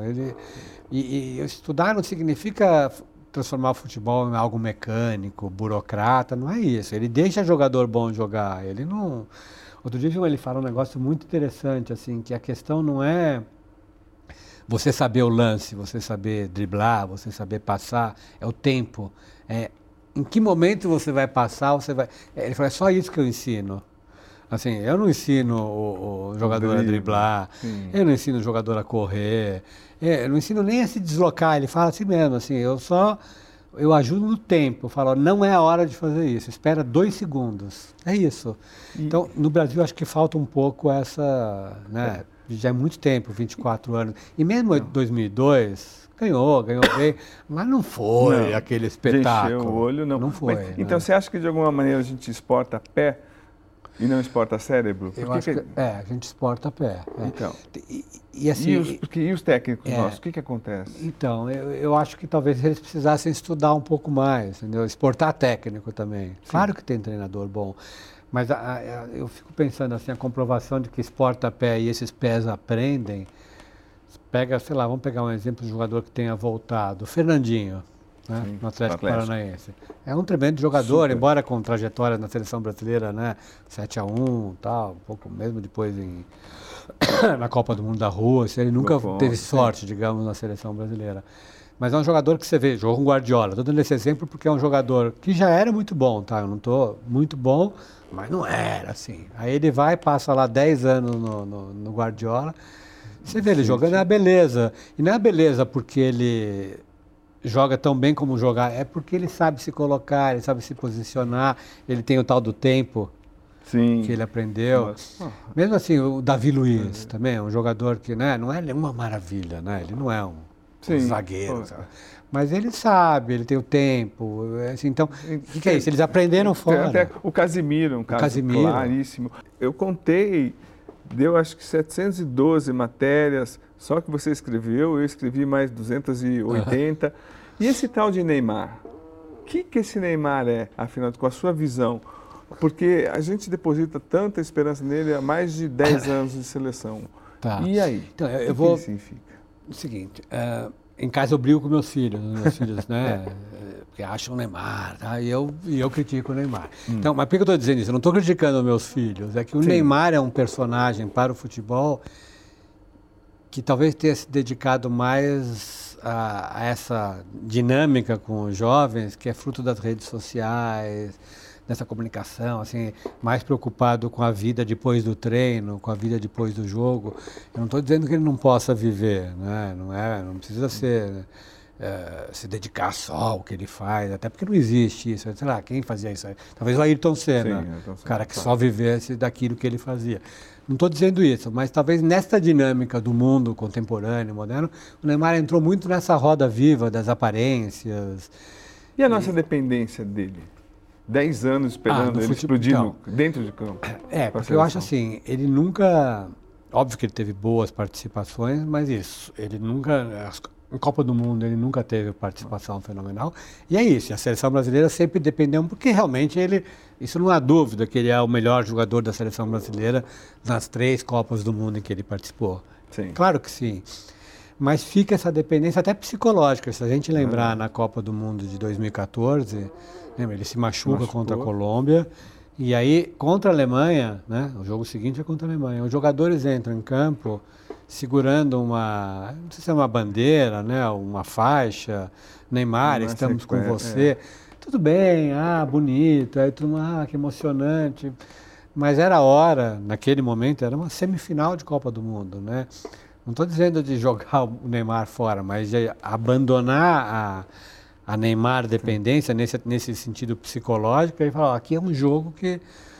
E estudar não significa transformar o futebol em algo mecânico, burocrata, não é isso. Ele deixa jogador bom jogar, ele não... Outro dia ele fala um negócio muito interessante, assim, que a questão não é você saber o lance, você saber driblar, você saber passar, é o tempo. Em que momento você vai passar, Ele falou, é só isso que eu ensino. Assim, eu não ensino o jogador a driblar, eu não ensino o jogador a correr, eu não ensino nem a se deslocar. Ele fala assim mesmo, assim, eu só eu ajudo no tempo, eu falo, não é a hora de fazer isso, espera 2 segundos. É isso. Então, no Brasil, acho que falta um pouco essa, né? Já é muito tempo, 24 anos. E mesmo em 2002, ganhou bem, mas não foi aquele espetáculo. Encheu o olho, não. Não foi. Mas, então, você acha que de alguma maneira a gente exporta pé e não exporta cérebro? Eu acho que a gente exporta a pé. Então. E assim, e os técnicos nossos, o que acontece? Então, eu acho que talvez eles precisassem estudar um pouco mais, entendeu? Exportar técnico também. Sim. Claro que tem treinador bom, mas eu fico pensando assim, a comprovação de que exporta a pé e esses pés aprendem, pega, sei lá, vamos pegar um exemplo de um jogador que tenha voltado, o Fernandinho, né? Sim, no Atlético Paranaense. É um tremendo jogador, embora com trajetória na seleção brasileira, né? 7-1 tal, um pouco mesmo depois na Copa do Mundo da Rússia, ele nunca teve sorte, digamos, na seleção brasileira. Mas é um jogador que você vê, jogou com Guardiola. Estou dando esse exemplo porque é um jogador que já era muito bom, tá? Eu não estou muito bom, mas não era assim. Aí ele vai, passa lá 10 anos no Guardiola, você vê ele jogando, é a beleza. E não é a beleza porque ele joga tão bem como jogar, é porque ele sabe se colocar, ele sabe se posicionar, ele tem o tal do tempo. Sim. Que ele aprendeu. Nossa. Mesmo assim, o Davi Luiz também é um jogador que, né, não é uma maravilha, né? Ele não é um zagueiro, mas ele sabe, ele tem o tempo. Assim, então, o que é isso? Eles aprenderam fora. Até o Casimiro, um caso claríssimo. Eu contei, deu acho que 712 matérias, só que você escreveu, eu escrevi mais 280. E esse tal de Neymar? O que esse Neymar é, afinal, com a sua visão? Porque a gente deposita tanta esperança nele há mais de 10 anos de seleção. Tá. E aí? Então, o que isso significa? O seguinte, em casa eu brigo com meus filhos, né? Porque acham o Neymar, tá? E eu critico o Neymar. Então, mas por que eu estou dizendo isso? Eu não estou criticando meus filhos. É que o Neymar é um personagem para o futebol que talvez tenha se dedicado mais a essa dinâmica com os jovens, que é fruto das redes sociais, dessa comunicação, assim, mais preocupado com a vida depois do treino, com a vida depois do jogo. Eu não estou dizendo que ele não possa viver, né? Não precisa se dedicar só ao que ele faz, até porque não existe isso. Sei lá, quem fazia isso? Talvez o Ayrton Senna, o cara que só vivesse daquilo que ele fazia. Não estou dizendo isso, mas talvez nesta dinâmica do mundo contemporâneo, moderno, o Neymar entrou muito nessa roda viva das aparências. E a nossa dependência dele? 10 anos esperando ele explodir dentro de campo. Porque eu acho assim, ele nunca... Óbvio que ele teve boas participações, mas ele nunca... Em Copa do Mundo ele nunca teve participação fenomenal. E é isso, a seleção brasileira sempre dependeu, porque realmente isso não há dúvida que ele é o melhor jogador da seleção brasileira nas 3 Copas do Mundo em que ele participou. Sim. Claro que sim. Mas fica essa dependência até psicológica. Se a gente lembrar na Copa do Mundo de 2014... Lembra, ele se machucou contra a Colômbia e aí contra a Alemanha, né? O jogo seguinte é contra a Alemanha. Os jogadores entram em campo segurando não sei se é uma bandeira, né? Uma faixa. Neymar, estamos com você. Tudo bem, bonito, aí tudo, que emocionante. Mas era a hora, naquele momento, era uma semifinal de Copa do Mundo, né? Não estou dizendo de jogar o Neymar fora, mas de abandonar a Neymar dependência nesse sentido psicológico, e falar, aqui é um jogo que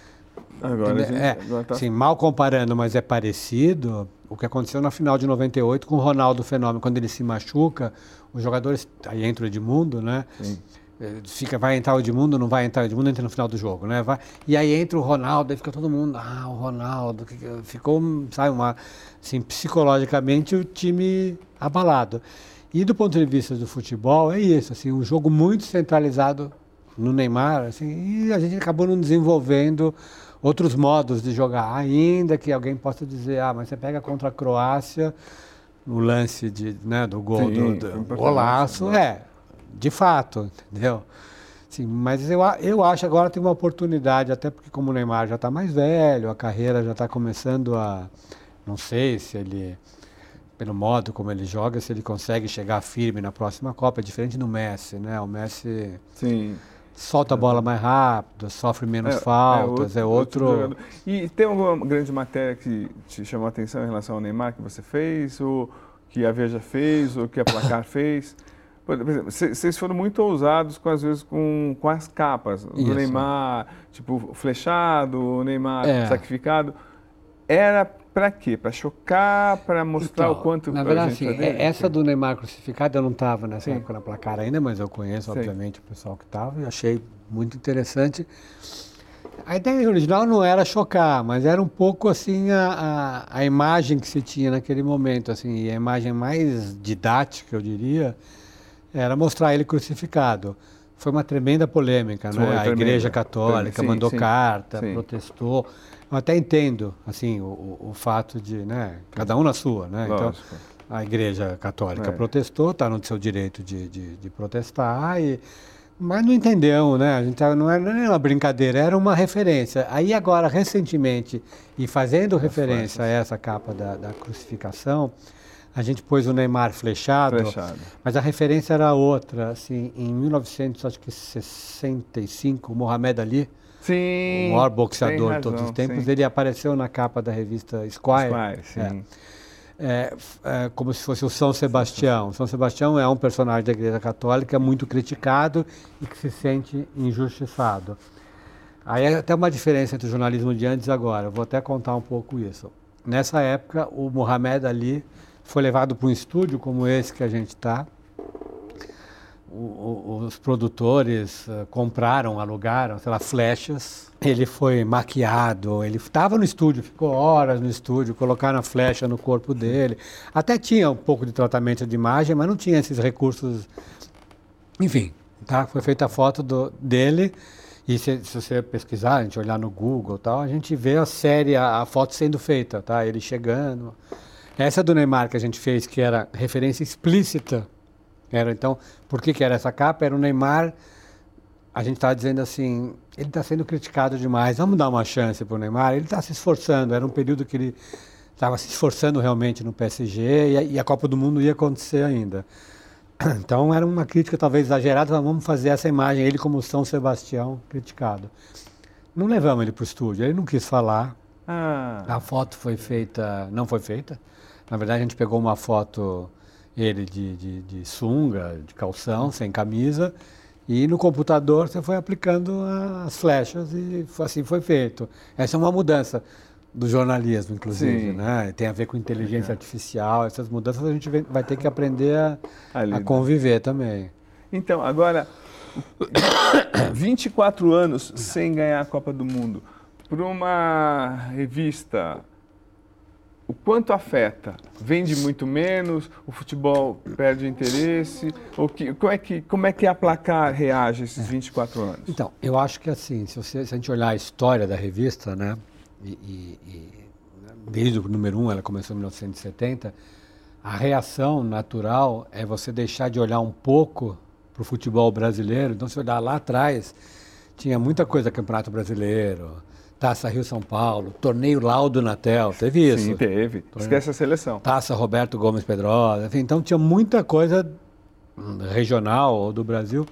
agora tá... assim, mal comparando, mas é parecido o que aconteceu na final de 98 com o Ronaldo Fenômeno, quando ele se machuca, os jogadores, aí entra o Edmundo, né? Sim. Vai entrar o Edmundo, não vai entrar o Edmundo, entra no final do jogo, né? E aí entra o Ronaldo, aí fica todo mundo, o Ronaldo, ficou, sabe, assim, psicologicamente o time abalado. E do ponto de vista do futebol, é isso, assim, um jogo muito centralizado no Neymar, assim, e a gente acabou não desenvolvendo outros modos de jogar, ainda que alguém possa dizer, mas você pega contra a Croácia, no lance do gol, do golaço, de fato, entendeu? Sim, mas eu acho que agora tem uma oportunidade, até porque como o Neymar já está mais velho, a carreira já está começando não sei se ele... pelo modo como ele joga, se ele consegue chegar firme na próxima Copa, é diferente do Messi, né? O Messi solta a bola mais rápido, sofre menos faltas, é outro... E tem alguma grande matéria que te chamou a atenção em relação ao Neymar, que você fez, ou que a Veja fez, ou que a Placar fez? Por exemplo, vocês foram muito ousados, às vezes, com as capas do Isso. Neymar, tipo, flechado, o Neymar É. sacrificado. Era para quê? Para chocar, para mostrar Então, o quanto na a verdade, gente assim, é dele? essa do Neymar crucificado, eu não estava nessa Sim. época na Placar ainda, mas eu conheço, Sim. obviamente, o pessoal que estava e achei muito interessante. A ideia original não era chocar, mas era um pouco assim a imagem que se tinha naquele momento, assim, e a imagem mais didática, eu diria, era mostrar ele crucificado. Foi uma tremenda polêmica, Foi né? A tremenda. Igreja Católica Sim, mandou sim, carta, sim. protestou. Eu até entendo, assim, o fato de, né, cada um na sua, né? Então, Lógico. a Igreja Católica É. protestou, está no seu direito de protestar, mas não entendeu, né? A gente não era nem uma brincadeira, era uma referência. Aí agora, recentemente, e fazendo referência a essa capa da crucificação, a gente pôs o Neymar flechado, mas a referência era outra. Assim, em 1965, o Muhammad Ali, Sim, o maior boxeador tem de todos os razão, tempos, sim. ele apareceu na capa da revista Esquire. Sim. Como se fosse o São Sebastião. São Sebastião é um personagem da Igreja Católica muito criticado e que se sente injustiçado. Aí é até uma diferença entre o jornalismo de antes e agora. Eu vou até contar um pouco isso. Nessa época, o Muhammad Ali foi levado para um estúdio como esse que a gente está. Os produtores compraram, alugaram, sei lá, flechas. Ele foi maquiado, ele estava no estúdio, ficou horas no estúdio, colocaram a flecha no corpo dele. Até tinha um pouco de tratamento de imagem, mas não tinha esses recursos. Enfim, tá? Foi feita a foto dele. E se você pesquisar, a gente olhar no Google e tal, a gente vê a foto sendo feita, tá? Ele chegando. Essa do Neymar que a gente fez, que era referência explícita. Então, por que era essa capa? Era o Neymar, a gente estava dizendo assim, ele está sendo criticado demais, vamos dar uma chance para o Neymar, ele está se esforçando, era um período que ele estava se esforçando realmente no PSG e a Copa do Mundo ia acontecer ainda. Então era uma crítica talvez exagerada, mas vamos fazer essa imagem, ele como São Sebastião criticado. Não levamos ele para o estúdio, ele não quis falar, a foto foi feita, não foi feita, na verdade a gente pegou uma foto... ele de sunga, de calção, sem camisa, e no computador você foi aplicando as flechas e assim foi feito. Essa é uma mudança do jornalismo, inclusive, né? Tem a ver com inteligência artificial, essas mudanças a gente vai ter que aprender a conviver também. Então, agora, 24 anos sem ganhar a Copa do Mundo, para uma revista... O quanto afeta? Vende muito menos? O futebol perde interesse? Como é que a Placar reage a esses 24 anos? Então, eu acho que assim, se a gente olhar a história da revista, né, desde o número 1, ela começou em 1970, a reação natural é você deixar de olhar um pouco para o futebol brasileiro. Então, se olhar lá atrás, tinha muita coisa, Campeonato Brasileiro, Taça Rio-São Paulo, Torneio Laudo Natel, teve isso? Sim, teve. Esquece a seleção. Taça Roberto Gomes Pedrosa, enfim, então tinha muita coisa regional ou do Brasil.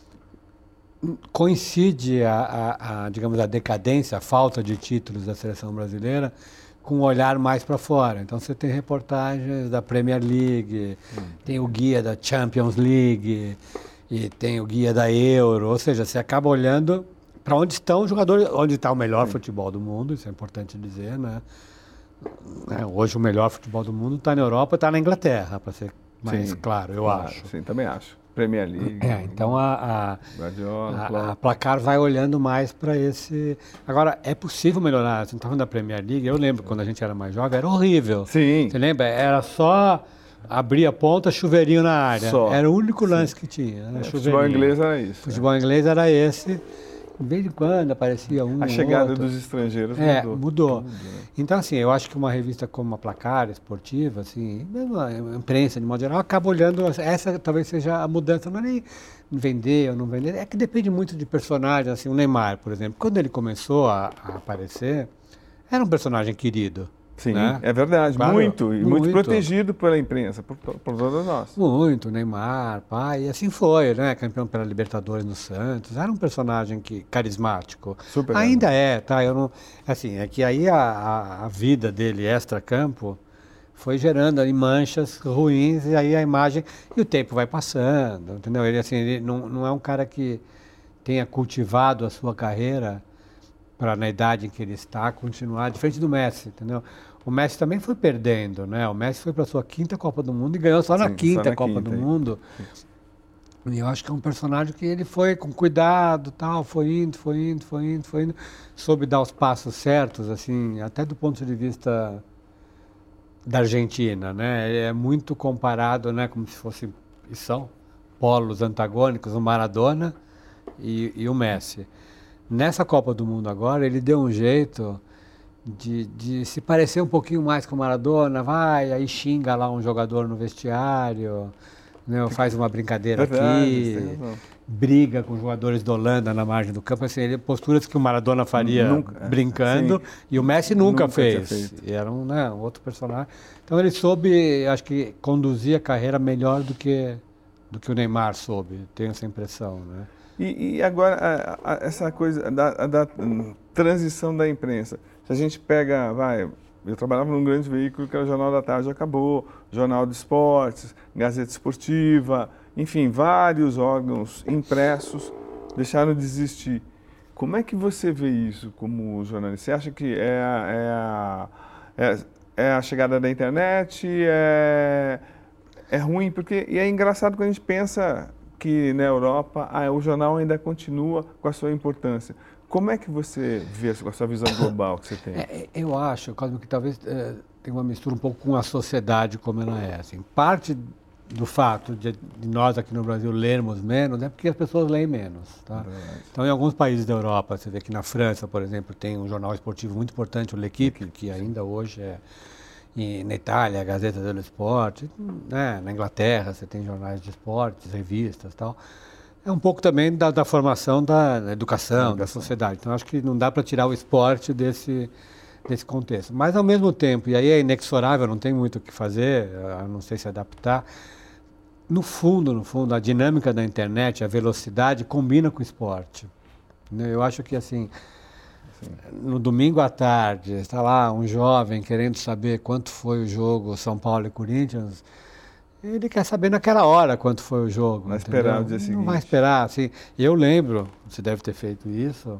Coincide digamos, a decadência, a falta de títulos da seleção brasileira com um olhar mais para fora. Então você tem reportagens da Premier League, tem o guia da Champions League e tem o guia da Euro, ou seja, você acaba olhando para onde estão os jogadores, onde está o melhor futebol do mundo, isso é importante dizer, né? Hoje o melhor futebol do mundo está na Europa, está na Inglaterra, para ser mais claro, eu acho. Sim, também acho. Premier League. Então a Placar vai olhando mais para esse... Agora, é possível melhorar, você não está falando da Premier League, eu lembro quando a gente era mais jovem, era horrível. Sim. Você lembra? Era só... abrir a ponta, chuveirinho na área. Era o único lance que tinha. Né? Futebol inglês era isso. Futebol inglês era esse. De vez em quando aparecia um A chegada outro. dos estrangeiros mudou. Tudo, né? Então, assim, eu acho que uma revista como a Placar, esportiva, assim, mesmo a imprensa, de modo geral, acaba olhando... Essa talvez seja a mudança, não é nem vender ou não vender, é que depende muito de personagens, assim, o Neymar, por exemplo. Quando ele começou a aparecer, era um personagem querido. Sim, né? É verdade. Claro, muito protegido pela imprensa, por todos nós. Muito, Neymar, pai, e assim foi, né? Campeão pela Libertadores no Santos, era um personagem carismático. Super Ainda é, tá? Eu não, assim, é que aí a vida dele extra-campo foi gerando ali manchas ruins, e aí a imagem, e o tempo vai passando, entendeu? Ele, assim, ele não é um cara que tenha cultivado a sua carreira para, na idade em que ele está, continuar diferente do Messi, entendeu? O Messi também foi perdendo, né? O Messi foi para a sua quinta Copa do Mundo e ganhou só na quinta Copa do Mundo. E eu acho que é um personagem que ele foi com cuidado, tal, foi indo, soube dar os passos certos, assim, até do ponto de vista da Argentina, né? É muito comparado, né, como se fosse, e são polos antagônicos, o Maradona e o Messi. Nessa Copa do Mundo agora, ele deu um jeito de se parecer um pouquinho mais com o Maradona, aí xinga lá um jogador no vestiário, né, faz uma brincadeira aqui, briga com jogadores da Holanda na margem do campo, assim, posturas que o Maradona faria brincando, e o Messi nunca fez. E era um outro personagem. Então ele soube, acho que, conduzir a carreira melhor do que o Neymar soube, tenho essa impressão, né? E agora, essa coisa da transição da imprensa. Se a gente pega, eu trabalhava num grande veículo que era o Jornal da Tarde, acabou, Jornal de Esportes, Gazeta Esportiva, enfim, vários órgãos impressos deixaram de existir. Como é que você vê isso como jornalista? Você acha que é a chegada da internet? É ruim? E é engraçado quando a gente pensa que na Europa o jornal ainda continua com a sua importância. Como é que você vê com a sua visão global que você tem? Eu acho, Cosmo, que talvez tenha uma mistura um pouco com a sociedade como ela é. Assim. Parte do fato de nós aqui no Brasil lermos menos é porque as pessoas leem menos. Tá? Então, em alguns países da Europa, você vê que na França, por exemplo, tem um jornal esportivo muito importante, o L'Équipe, que ainda hoje é... E na Itália, a Gazeta dello Sport, né? Na Inglaterra você tem jornais de esportes, revistas e tal. É um pouco também da formação da educação, da sociedade. Então acho que não dá para tirar o esporte desse contexto. Mas ao mesmo tempo, e aí é inexorável, não tem muito o que fazer, a não sei se adaptar. No fundo, a dinâmica da internet, a velocidade combina com o esporte. Eu acho que assim... No domingo à tarde, está lá um jovem querendo saber quanto foi o jogo São Paulo e Corinthians. Ele quer saber naquela hora quanto foi o jogo. Vai esperar o dia seguinte. Não vai esperar, assim. Eu lembro, você deve ter feito isso,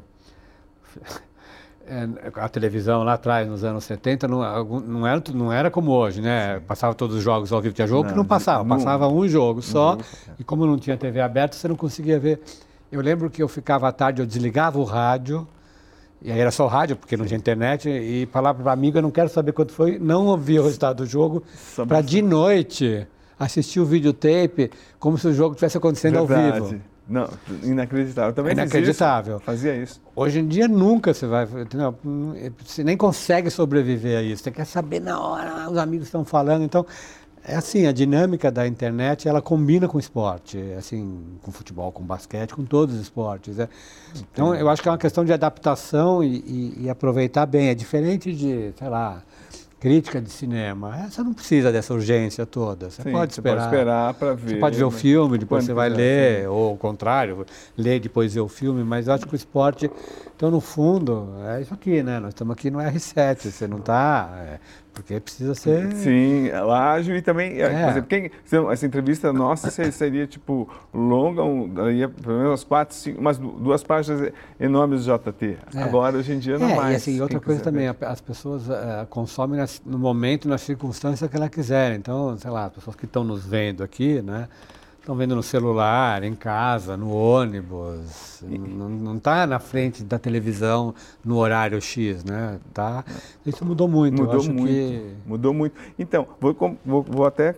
a televisão lá atrás, nos anos 70, não era como hoje, né? Passava todos os jogos ao vivo. Tinha jogo que não passava, passava um jogo só. E como não tinha TV aberta, você não conseguia ver. Eu lembro que eu ficava à tarde, eu desligava o rádio, e aí era só rádio, porque não tinha internet, e falava para o amigo, eu não quero saber quanto foi, não ouvia o resultado do jogo, para de noite assistir o videotape como se o jogo estivesse acontecendo ao vivo. Não, inacreditável. Também inacreditável. Fazia isso. Hoje em dia nunca você vai, entendeu? Você nem consegue sobreviver a isso, você quer saber na hora, os amigos estão falando, então... É assim, a dinâmica da internet, ela combina com o esporte, assim, com futebol, com basquete, com todos os esportes. Né? Então, eu acho que é uma questão de adaptação e aproveitar bem. É diferente de, sei lá, crítica de cinema. Você não precisa dessa urgência toda. Você pode esperar. Você pode esperar para ver. Você pode ver o filme, depois você vai ler, ou ao contrário, ler e depois ver o filme. Mas eu acho que o esporte, então, no fundo, é isso aqui, né? Nós estamos aqui no R7, você não está... Porque precisa ser... Sim, ágil e também... Por exemplo, essa entrevista nossa seria, tipo, longa, pelo menos umas 4, 5, umas 2 páginas enormes do JT. Agora, hoje em dia, não mais. E assim, outra coisa também, as pessoas consomem no momento, na circunstância que ela quiser. Então, sei lá, as pessoas que estão nos vendo aqui, né? Estão vendo no celular, em casa, no ônibus, não está na frente da televisão no horário X, né? Isso mudou muito. Mudou muito. Então, vou até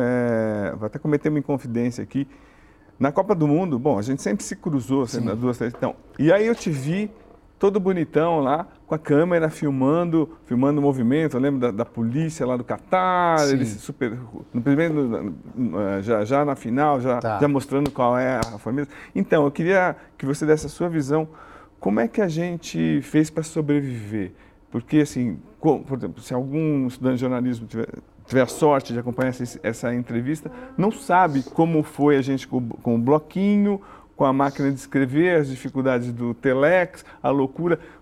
cometer uma inconfidência aqui. Na Copa do Mundo, bom, a gente sempre se cruzou, nas 2, 3, então. E aí eu te vi todo bonitão lá, com a câmera filmando o movimento. Eu lembro da polícia lá do Catar, eles no primeiro, já na final, já mostrando qual é a família. Então, eu queria que você desse a sua visão, como é que a gente fez para sobreviver? Porque, assim, por exemplo, se algum estudante de jornalismo tiver a sorte de acompanhar essa entrevista, não sabe como foi a gente com o bloquinho, com a máquina de escrever, as dificuldades do telex, a loucura.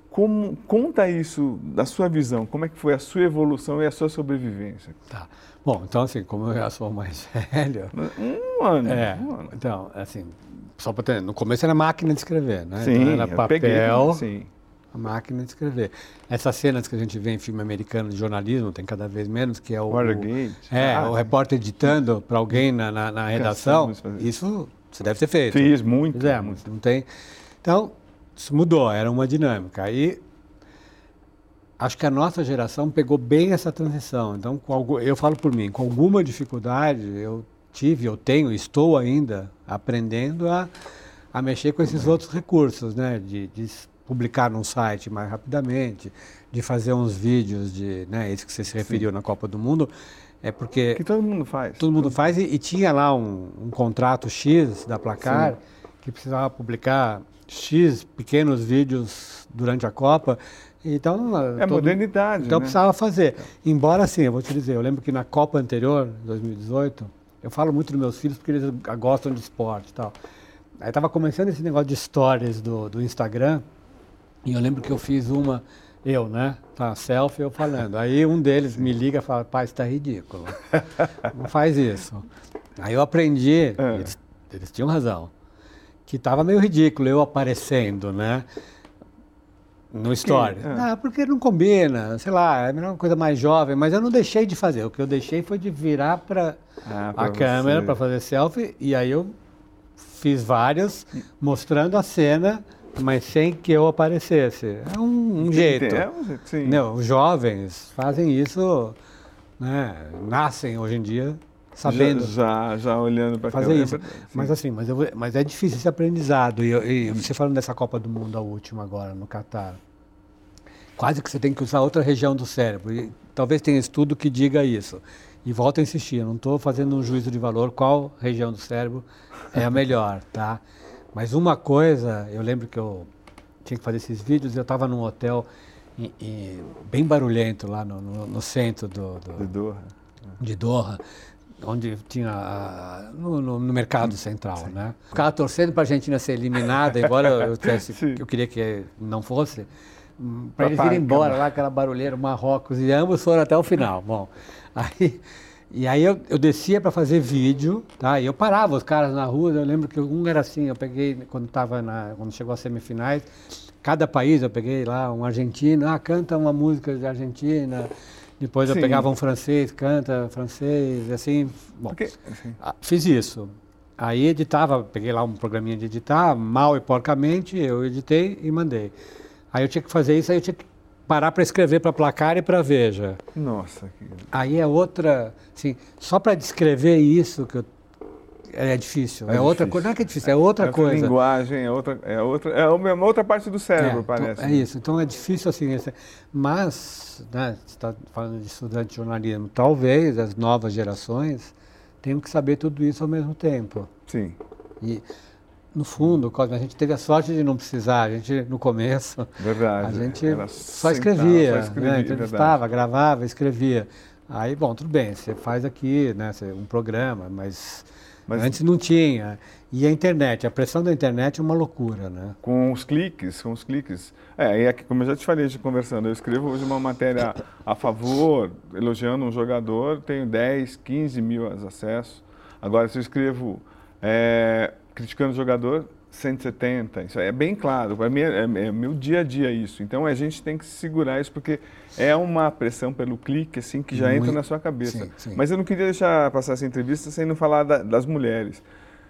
Conta isso da sua visão, como é que foi a sua evolução e a sua sobrevivência? Tá. Bom, então assim, como eu já sou mais velho... Um ano. Então, assim, só para ter... No começo era máquina de escrever, né? Sim, então era papel, sim. a máquina de escrever. Essas cenas que a gente vê em filme americano de jornalismo, tem cada vez menos, que é o repórter editando para alguém na redação. Isso você deve ter feito. Fiz muito. Fizemos, não tem... Então, isso mudou, era uma dinâmica. Aí, acho que a nossa geração pegou bem essa transição. Então, eu falo por mim, com alguma dificuldade, eu estou ainda aprendendo a mexer com esses outros recursos, né? De publicar num site mais rapidamente, de fazer uns vídeos isso que você se referiu na Copa do Mundo, é porque... Que todo mundo faz. Todo mundo faz e tinha lá um contrato X da Placar, que precisava publicar X pequenos vídeos durante a Copa. Então, modernidade, então né? precisava fazer. Embora, assim, eu vou te dizer, eu lembro que na Copa anterior, 2018, eu falo muito dos meus filhos porque eles gostam de esporte e tal. Aí estava começando esse negócio de stories do Instagram, e eu lembro que eu fiz uma, selfie, eu falando. Aí um deles me liga e fala, pai, isso está ridículo. Não faz isso. Aí eu aprendi, eles tinham razão, que estava meio ridículo eu aparecendo, né? No story. Porque não combina, sei lá, é uma coisa mais jovem, mas eu não deixei de fazer. O que eu deixei foi de virar para a câmera para fazer selfie, e aí eu fiz várias mostrando a cena, mas sem que eu aparecesse. É um jeito. Sim. Não, os jovens fazem isso, né? Nascem hoje em dia sabendo. Já olhando para fazer isso. Mas assim, mas é difícil esse aprendizado. E você falando dessa Copa do Mundo, a última agora, no Catar, quase que você tem que usar outra região do cérebro. E talvez tenha estudo que diga isso. E volto a insistir, eu não estou fazendo um juízo de valor qual região do cérebro é a melhor, tá? Mas uma coisa, eu lembro que eu tinha que fazer esses vídeos, eu estava num hotel bem barulhento lá no centro de Doha, onde tinha no mercado central, né? Ficava torcendo para a Argentina ser eliminada, embora eu queria que não fosse, para eles irem embora lá, aquela barulheira, Marrocos, e ambos foram até o final. Bom, aí eu descia para fazer vídeo, tá? E eu parava os caras na rua, eu lembro que um era assim, eu peguei, quando chegou às semifinais, cada país eu peguei lá um argentino, canta uma música de Argentina, depois eu pegava um francês, canta francês, assim, bom, fiz isso. Aí editava, peguei lá um programinha de editar, mal e porcamente, eu editei e mandei. Aí eu tinha que fazer isso, aí eu tinha que parar para escrever para Placar e para Veja. Nossa. Aí é outra, assim, só para descrever isso que é difícil. É outra coisa, não é que é difícil, é outra coisa. Linguagem, é uma outra parte do cérebro, parece. É isso, então é difícil assim. Mas, né, você está falando de estudante de jornalismo, talvez as novas gerações tenham que saber tudo isso ao mesmo tempo. Sim. E, no fundo, Cosme, a gente teve a sorte de não precisar. A gente, no começo, a gente só escrevia, né? Entrevistava, gravava, escrevia. Aí, bom, tudo bem, você faz aqui, né, um programa, mas antes não tinha. E a internet, a pressão da internet é uma loucura, né? Com os cliques. E aqui, como eu já te falei conversando, eu escrevo hoje uma matéria a favor, elogiando um jogador, tenho 10, 15 mil acessos. Agora, se eu escrevo criticando o jogador, 170. Isso é bem claro, para mim é meu dia a dia isso. Então a gente tem que segurar isso, porque é uma pressão pelo clique assim, que já entra na sua cabeça. Sim. Mas eu não queria deixar passar essa entrevista sem não falar das mulheres.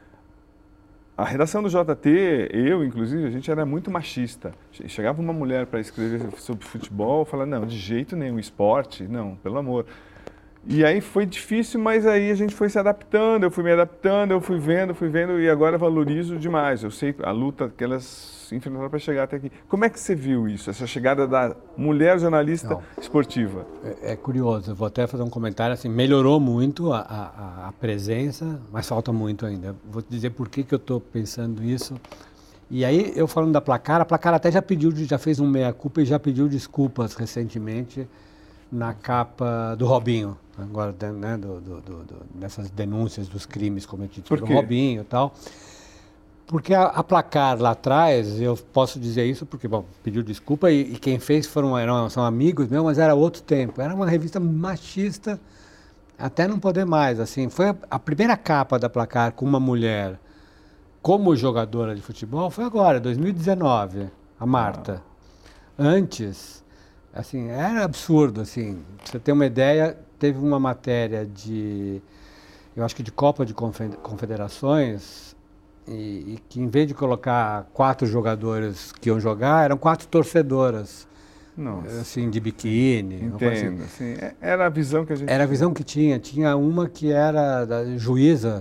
A redação do JT, eu inclusive, a gente era muito machista. Chegava uma mulher para escrever sobre futebol, falava, não, de jeito nenhum, esporte, não, pelo amor. E aí foi difícil, mas aí a gente foi se adaptando, eu fui me adaptando, eu fui vendo e agora valorizo demais. Eu sei a luta que elas enfrentaram para chegar até aqui. Como é que você viu isso, essa chegada da mulher jornalista esportiva? É curioso, eu vou até fazer um comentário, assim, melhorou muito a presença, mas falta muito ainda. Vou te dizer por que eu estou pensando isso. E aí, eu falando da Placar, a Placar até já fez um meia-culpa e já pediu desculpas recentemente na capa do Robinho, agora, né, dessas denúncias dos crimes cometidos pelo Robinho e tal. Porque a Placar lá atrás, eu posso dizer isso porque, bom, pediu desculpa e quem fez são amigos meus, mas era outro tempo. Era uma revista machista até não poder mais, assim. Foi a primeira capa da Placar com uma mulher como jogadora de futebol foi agora, 2019, a Marta. Antes, assim, era absurdo, assim. Pra você ter uma ideia, teve uma matéria eu acho que de Copa de Confederações, e que em vez de colocar 4 jogadores que iam jogar, eram 4 torcedoras. Nossa. Assim, de biquíni. Entendo. Assim. Era a visão que a gente Era a visão que tinha. Tinha uma que era da juíza,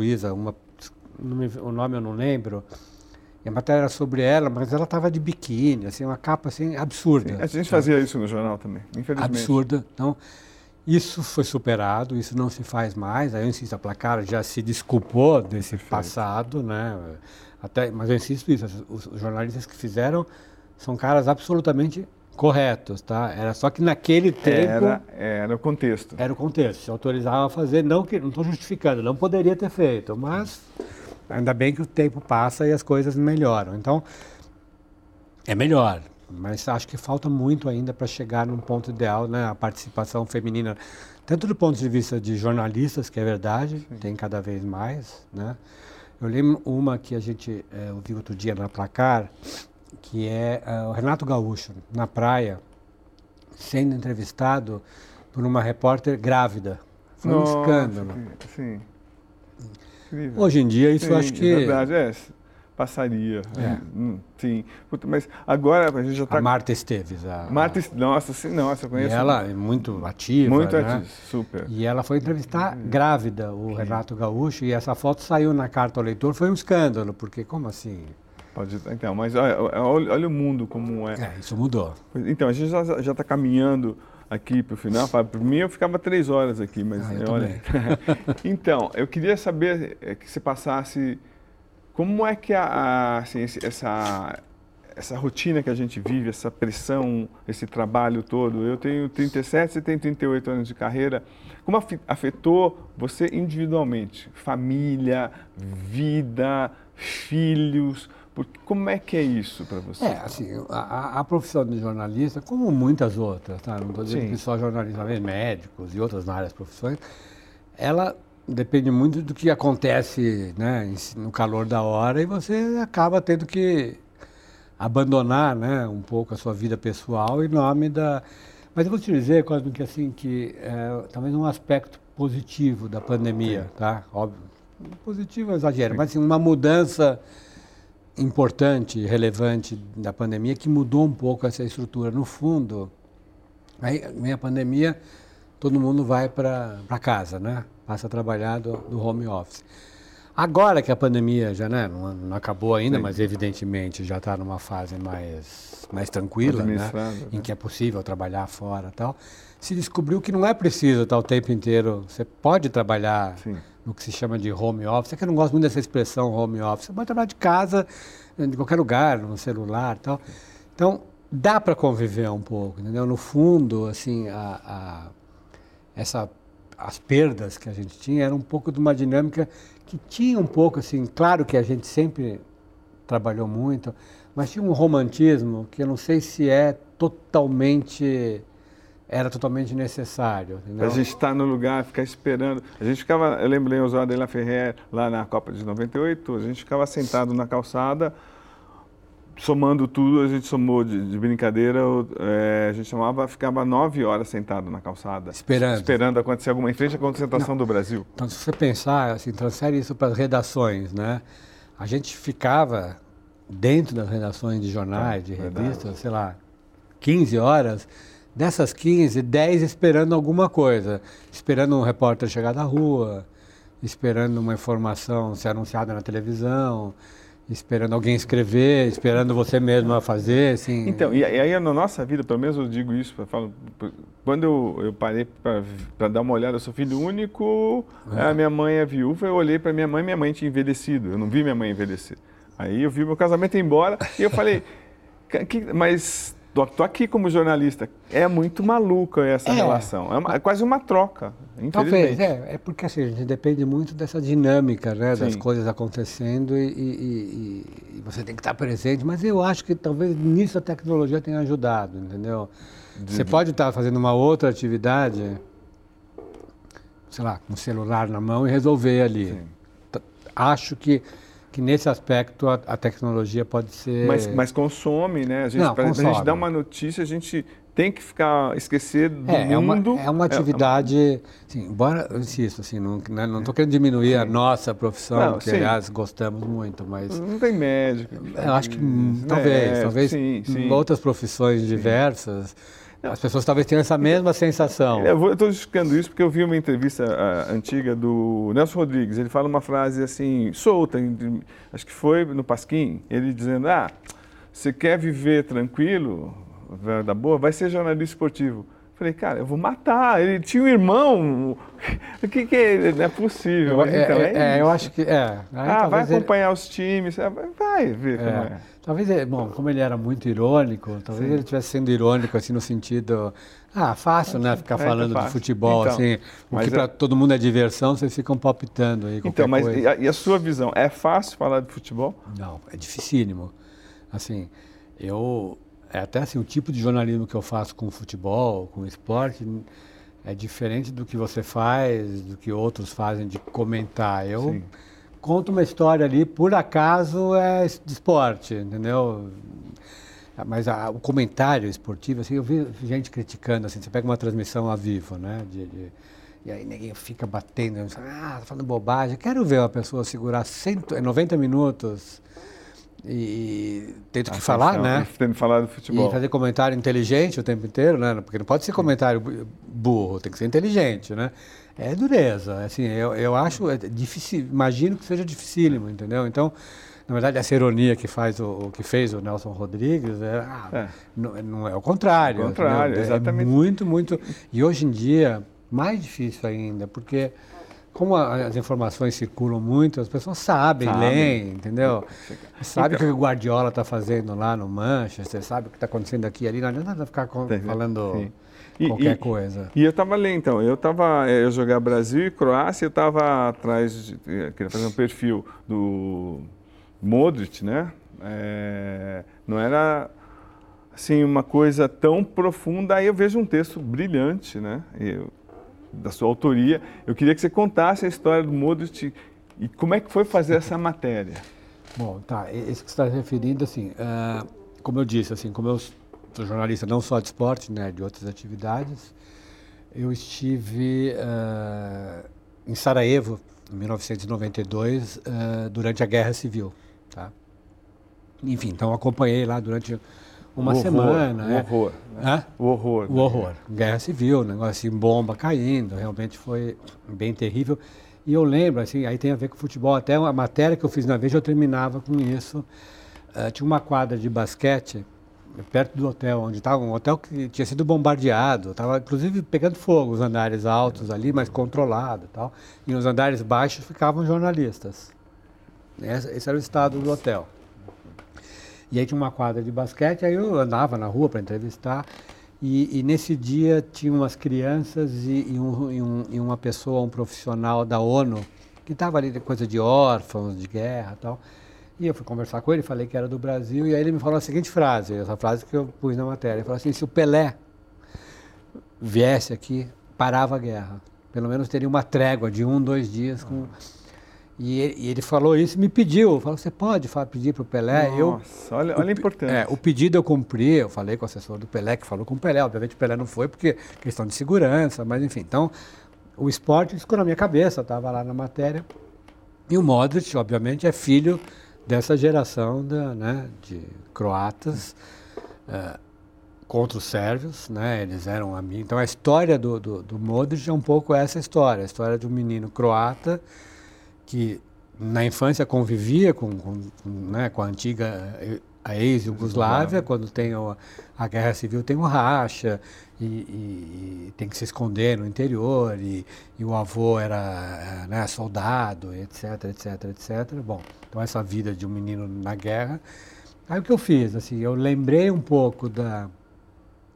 o nome eu não lembro. E a matéria era sobre ela, mas ela estava de biquíni, assim, uma capa assim, absurda. Sim, a gente fazia isso no jornal também, infelizmente. Absurda. Então, isso foi superado, isso não se faz mais. A Eu Insisto, a Placar já se desculpou desse passado, né? Mas eu insisto isso, os jornalistas que fizeram são caras absolutamente corretos, tá? Era só que naquele tempo... Era o contexto. Era o contexto, se autorizava a fazer, não estou justificando, não poderia ter feito, mas ainda bem que o tempo passa e as coisas melhoram. Então, é melhor. Mas acho que falta muito ainda para chegar num ponto ideal, né? A participação feminina, tanto do ponto de vista de jornalistas, que é verdade, sim, tem cada vez mais, né? Eu lembro uma que a gente ouviu outro dia na Placar, que é o Renato Gaúcho, na praia, sendo entrevistado por uma repórter grávida. Foi um escândalo. Sim. Incrível. Hoje em dia isso acho que... É verdade, passaria. Sim. Mas agora a gente já está... A Marta Esteves. Nossa, eu conheço. E ela é muito ativa, muito né? ativa, super. E ela foi entrevistar grávida, o Renato Gaúcho, e essa foto saiu na carta ao leitor, foi um escândalo, porque como assim? Então, mas olha o mundo como é. Isso mudou. Então, a gente já está caminhando aqui para o final. Por mim, eu ficava 3 horas aqui, mas olha. Então, eu queria saber que você passasse como é que assim, essa rotina que a gente vive, essa pressão, esse trabalho todo. Eu tenho 37, você tem 38 anos de carreira. Como afetou você individualmente? Família, vida, filhos. Como é que é isso para você? Assim, a profissão de jornalista, como muitas outras, tá? Não estou dizendo que só jornalistas, mas médicos e outras várias profissões, ela depende muito do que acontece, né, no calor da hora, e você acaba tendo que abandonar, né, um pouco a sua vida pessoal em nome da... Mas eu vou te dizer, Cosmo, que assim, talvez um aspecto positivo da pandemia, tá? Óbvio, positivo é exagero, mas assim, uma mudança importante, relevante da pandemia, que mudou um pouco essa estrutura. No fundo, aí vem a pandemia, todo mundo vai para casa, né? Passa a trabalhar do home office. Agora que a pandemia já, né, não acabou ainda, mas evidentemente já está numa fase mais tranquila, né? Em que é possível trabalhar fora e tal, se descobriu que não é preciso estar o tempo inteiro, você pode trabalhar no que se chama de home office, é que eu não gosto muito dessa expressão home office, você pode trabalhar de casa, de qualquer lugar, no celular e tal. Então, dá para conviver um pouco, entendeu? No fundo, assim, as perdas que a gente tinha eram um pouco de uma dinâmica que tinha um pouco, assim, claro que a gente sempre trabalhou muito, mas tinha um romantismo que eu não sei se era totalmente necessário. Entendeu? A gente estar no lugar, ficar esperando. A gente ficava, eu lembrei o Oswaldo de La Ferrer, lá na Copa de 98, a gente ficava sentado na calçada, somando tudo, a gente somou de brincadeira, a gente ficava 9 horas sentado na calçada. Esperando acontecer alguma, em frente à concentração do Brasil. Então, se você pensar, assim, transfere isso para as redações, né? A gente ficava dentro das redações de jornais, de revistas, sei lá, 15 horas, dessas 15, 10 esperando alguma coisa, esperando um repórter chegar da rua, esperando uma informação ser anunciada na televisão, esperando alguém escrever, esperando você mesmo a fazer, assim... Então, e aí na nossa vida, pelo menos eu digo isso, quando eu parei para dar uma olhada, eu sou filho único, a minha mãe é viúva, eu olhei para minha mãe tinha envelhecido, eu não vi minha mãe envelhecer. Aí eu vi meu casamento ir embora e eu falei, mas tô aqui como jornalista. É muito maluca essa relação. É quase uma troca, Talvez, infelizmente. é porque assim, a gente depende muito dessa dinâmica, né, das Sim. coisas acontecendo e você tem que estar presente, mas eu acho que talvez nisso a tecnologia tenha ajudado, entendeu? Você pode estar fazendo uma outra atividade, sei lá, com o celular na mão e resolver ali. Sim. Acho que nesse aspecto a tecnologia pode ser... Mas consome, né? Não, Pra consome. gente dar uma notícia, a gente tem que esquecer do mundo. É uma atividade, assim, embora, eu insisto, assim, não estou querendo diminuir a nossa profissão, Não, que sim. aliás gostamos muito, mas Não tem médico. eu acho que talvez sim. em outras profissões diversas, as pessoas talvez tenham essa mesma sensação. Eu estou justificando isso porque eu vi uma entrevista antiga do Nelson Rodrigues. Ele fala uma frase assim, solta, acho que foi no Pasquim, ele dizendo, você quer viver tranquilo, da boa, vai ser jornalista esportivo. Falei, cara, eu vou matar. Ele tinha um irmão. O que é? Não é possível. Eu acho que vai acompanhar os times. Vai ver como é. Talvez, bom, como ele era muito irônico, talvez ele estivesse sendo irônico, assim, no sentido... fácil, né? Ficar falando de futebol, então, assim... O que para todo mundo é diversão, vocês ficam palpitando aí, qualquer coisa. E a sua visão? É fácil falar de futebol? Não, é dificílimo. Assim, até assim, o tipo de jornalismo que eu faço com futebol, com esporte, é diferente do que você faz, do que outros fazem de comentar. Eu conto uma história ali, por acaso é de esporte, entendeu? Mas o comentário esportivo, assim, eu vi gente criticando, assim, você pega uma transmissão ao vivo, né? E aí ninguém fica batendo, tá falando bobagem. Quero ver uma pessoa segurar 90 minutos e tendo que falar, né? Tendo que falar do futebol. E fazer comentário inteligente o tempo inteiro, né? Porque não pode ser comentário burro, tem que ser inteligente, né? É dureza, assim, eu acho difícil, imagino que seja dificílimo, entendeu? Então, na verdade, essa ironia que faz o que fez o Nelson Rodrigues não é o contrário. O contrário, entendeu? exatamente. É muito, muito... E hoje em dia, mais difícil ainda, porque como as informações circulam muito, as pessoas sabem, leem, entendeu? Sabe o que o Guardiola está fazendo lá no Manchester, sabe o que está acontecendo aqui e ali, não adianta ficar falando... qualquer coisa. E eu estava lendo, então, eu jogar Brasil e Croácia, eu estava atrás, queria fazer um perfil do Modric, né? Não era, assim, uma coisa tão profunda, aí eu vejo um texto brilhante, né? Da sua autoria. Eu queria que você contasse a história do Modric e como é que foi fazer essa matéria. Bom, tá, isso que você está referindo, assim, como eu disse, assim, como eu sou jornalista não só de esporte, né, de outras atividades. Eu estive em Sarajevo, em 1992, durante a Guerra Civil. Tá? Enfim, então acompanhei lá durante uma semana. O horror. Né? O horror. O horror. Guerra Civil, negócio assim, bomba caindo, realmente foi bem terrível. E eu lembro, assim, aí tem a ver com futebol, até a matéria que eu fiz na Veja eu terminava com isso. Tinha uma quadra de basquete perto do hotel, onde estava um hotel que tinha sido bombardeado, estava inclusive pegando fogo os andares altos ali, mas controlado e tal. E nos andares baixos ficavam jornalistas. Esse era o estado do hotel. E aí tinha uma quadra de basquete, aí eu andava na rua para entrevistar, e nesse dia tinha umas crianças e uma pessoa, um profissional da ONU, que estava ali de coisa de órfãos, de guerra e tal. E eu fui conversar com ele, falei que era do Brasil, e aí ele me falou a seguinte frase, essa frase que eu pus na matéria. Ele falou assim, se o Pelé viesse aqui, parava a guerra. Pelo menos teria uma trégua de 2 dias. E ele falou isso e me pediu. Falou, você pode pedir para o Pelé? Nossa, olha a importância. O pedido eu cumpri, eu falei com o assessor do Pelé, que falou com o Pelé. Obviamente o Pelé não foi, porque questão de segurança, mas enfim. Então, o esporte ficou na minha cabeça, estava lá na matéria. E o Modric, obviamente, é filho dessa geração de croatas contra os sérvios, né? Eles eram amigos. Então a história do Modric é um pouco essa história, a história de um menino croata que na infância convivia com a antiga a ex-Iugoslávia, quando tem a Guerra Civil tem o racha e tem que se esconder no interior e o avô era soldado, etc, etc, etc. Bom, então essa vida de um menino na guerra. Aí o que eu fiz, assim, eu lembrei um pouco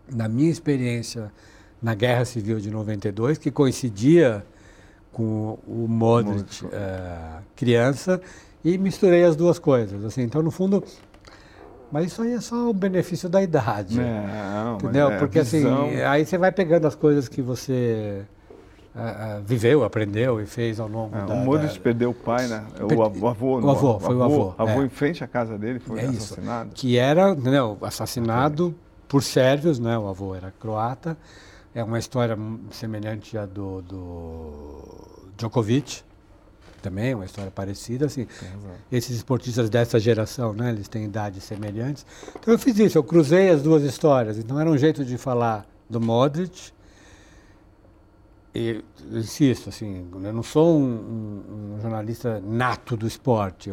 na minha experiência na Guerra Civil de 92, que coincidia com o Modric criança, e misturei as duas coisas. Assim, então, no fundo, mas isso aí é só o benefício da idade. Não, entendeu? Porque assim, aí você vai pegando as coisas que você viveu, aprendeu e fez ao longo O Modric perdeu o pai, né? O avô. Foi o avô. O avô em frente à casa dele foi assassinado. Que era, entendeu, assassinado por sérvios, né? O avô era croata. É uma história semelhante à do Djokovic, também, uma história parecida, assim. Esses esportistas dessa geração, né? Eles têm idades semelhantes. Então eu fiz isso, eu cruzei as duas histórias. Então era um jeito de falar do Modric. E eu insisto, assim, eu não sou um jornalista nato do esporte. Eu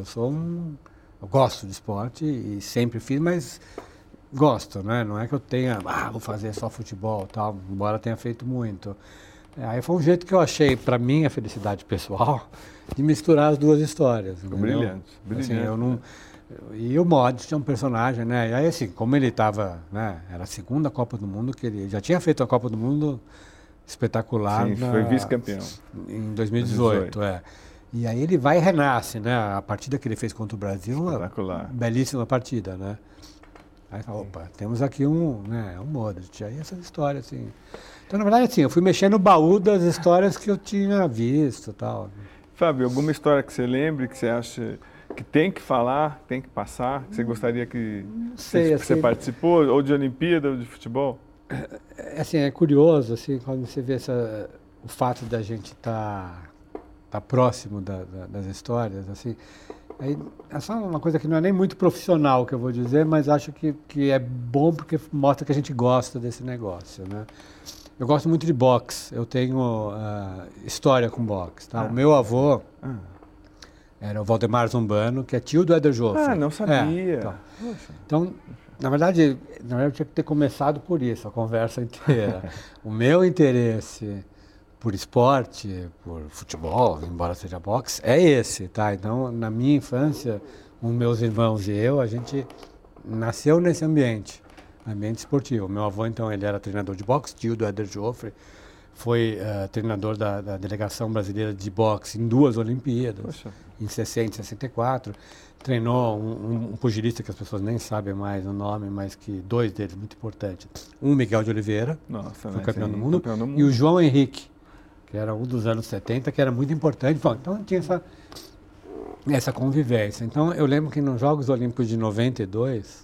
gosto de esporte e sempre fiz, mas gosto, né? Não é que eu tenha, vou fazer só futebol, tal, embora tenha feito muito. Aí foi um jeito que eu achei, para mim, a felicidade pessoal, de misturar as duas histórias. Brilhante. Assim, e o Modric é um personagem, né? E aí, assim, como ele estava, né? Era a segunda Copa do Mundo, que ele já tinha feito a Copa do Mundo espetacular. Sim, foi vice-campeão. Em 2018, E aí ele vai e renasce, né? A partida que ele fez contra o Brasil, uma belíssima partida, né? Aí fala, opa, temos aqui um Modric. Aí essa história, assim. Então, na verdade, assim, eu fui mexer no baú das histórias que eu tinha visto e tal. Fábio, alguma história que você lembre, que você acha que tem que falar, tem que passar, que você gostaria que você participou, ou de Olimpíada, ou de futebol? Assim, é curioso, assim, quando você vê o fato da gente estar próximo das histórias, assim. Aí, é só uma coisa que não é nem muito profissional que eu vou dizer, mas acho que é bom porque mostra que a gente gosta desse negócio, né? Eu gosto muito de boxe, eu tenho história com boxe, tá? O meu avô era o Valdemar Zumbano, que é tio do Éder Joffre. Não sabia. Então, na verdade, eu tinha que ter começado por isso, a conversa inteira. O meu interesse por esporte, por futebol, embora seja boxe, é esse, tá? Então, na minha infância, os meus irmãos e eu, a gente nasceu nesse ambiente esportivo. Meu avô, então, ele era treinador de boxe, tio do Éder Joffre, foi treinador da delegação brasileira de boxe em 2 Olimpíadas, em 60 e 64. Treinou um pugilista que as pessoas nem sabem mais o nome, mas que 2 deles muito importantes. Miguel de Oliveira, foi campeão do mundo, e o João Henrique, que era um dos anos 70, que era muito importante. Bom, então tinha essa convivência. Então eu lembro que nos Jogos Olímpicos de 92,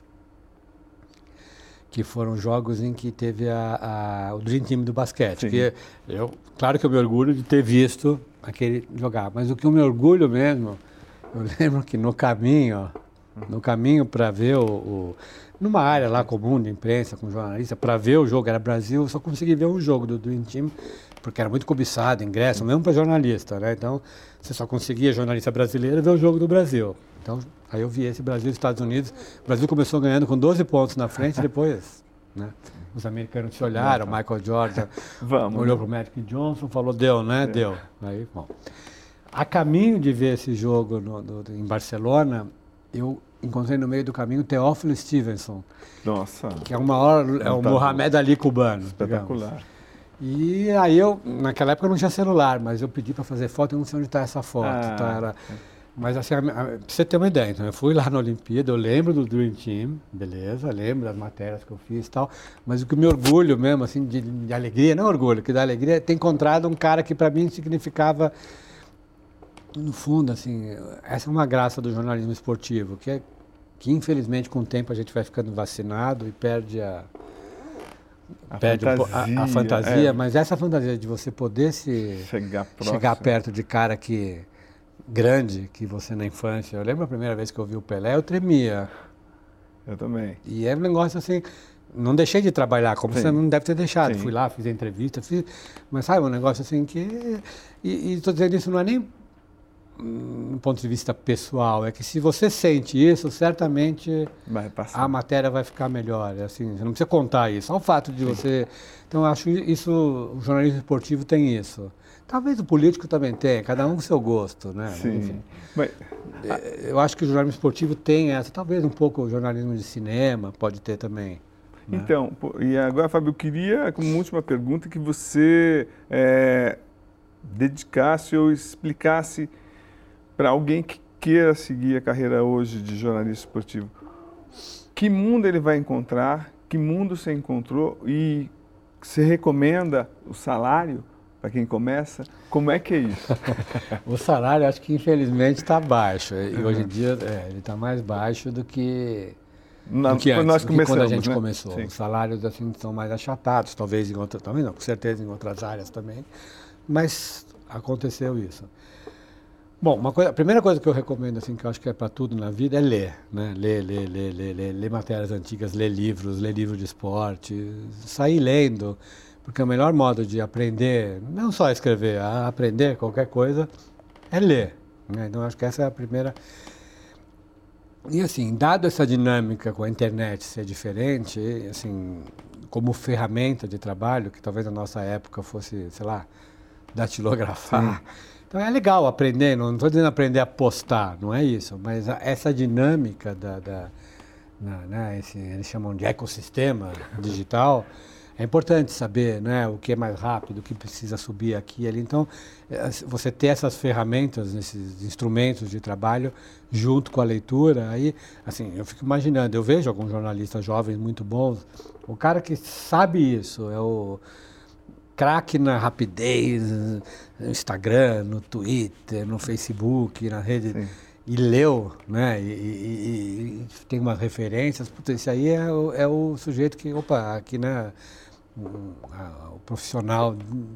que foram jogos em que teve o Dream Team do basquete. Que claro que eu me orgulho de ter visto aquele jogar, mas o que eu me orgulho mesmo, eu lembro que no caminho para ver numa área lá comum de imprensa, com jornalista, para ver o jogo, era Brasil, eu só consegui ver um jogo do Dream Team, porque era muito cobiçado, ingresso, mesmo para jornalista, né? Então, você só conseguia, jornalista brasileiro, ver o jogo do Brasil. Então, aí eu vi esse Brasil e Estados Unidos. O Brasil começou ganhando com 12 pontos na frente, depois, né? Os americanos se olharam, Michael Jordan olhou para o Magic Johnson, falou, deu, né? Deu. Aí, bom. A caminho de ver esse jogo em Barcelona, eu encontrei no meio do caminho Teófilo Stevenson. Nossa. Que é o Mohamed Ali cubano. Espetacular. Digamos. E aí naquela época eu não tinha celular, mas eu pedi para fazer foto, eu não sei onde está essa foto. Mas assim, pra você ter uma ideia, então eu fui lá na Olimpíada, eu lembro do Dream Team, beleza, lembro das matérias que eu fiz e tal, mas o que me orgulho mesmo, assim, de alegria, não orgulho, que dá alegria, é ter encontrado um cara que para mim significava, no fundo, assim, essa é uma graça do jornalismo esportivo, que infelizmente com o tempo a gente vai ficando vacinado e perde a fantasia, mas essa fantasia de você poder chegar perto de cara grande que você na infância. Eu lembro a primeira vez que eu vi o Pelé, eu tremia. Eu também. E é um negócio assim, não deixei de trabalhar, como você não deve ter deixado. Fui lá, fiz a entrevista, mas sabe, um negócio assim que... E estou dizendo isso não é nem um ponto de vista pessoal, é que se você sente isso, certamente a matéria vai ficar melhor. Assim, você não precisa contar isso, só o fato de você... Então, eu acho isso, o jornalismo esportivo tem isso. Talvez o político também tenha, cada um com o seu gosto, né? Sim. Enfim, eu acho que o jornalismo esportivo tem essa, talvez um pouco o jornalismo de cinema pode ter também. né? Então, e agora, Fábio, eu queria, como última pergunta, que você dedicasse ou explicasse para alguém que queira seguir a carreira hoje de jornalista esportivo, que mundo ele vai encontrar, que mundo você encontrou e você recomenda o salário para quem começa? Como é que é isso? O salário, acho que infelizmente está baixo. E hoje em dia ele está mais baixo do que antes, nós começamos, quando a gente né? começou. Sim. Os salários assim são mais achatados, talvez em outras, também não, com certeza em outras áreas também. Mas aconteceu isso. Bom, a primeira coisa que eu recomendo, assim, que eu acho que é para tudo na vida, é ler, né? Ler matérias antigas, ler livros de esporte, sair lendo, porque o melhor modo de aprender, não só escrever, a aprender qualquer coisa, é ler, né? Então, acho que essa é a primeira. E, assim, dado essa dinâmica com a internet ser diferente, assim, como ferramenta de trabalho, que talvez na nossa época fosse, sei lá, datilografar. Então é legal aprender, não estou dizendo aprender a postar, não é isso, mas essa dinâmica né, eles chamam de ecossistema digital, é importante saber, né, o que é mais rápido, o que precisa subir aqui e ali. Então, você ter essas ferramentas, esses instrumentos de trabalho junto com a leitura, aí, assim, eu fico imaginando, eu vejo alguns jornalistas jovens muito bons, o cara que sabe isso é o craque na rapidez, no Instagram, no Twitter, no Facebook, na rede, e leu, né, e tem umas referências, puta, esse aí é o sujeito que, opa, aqui, né, o profissional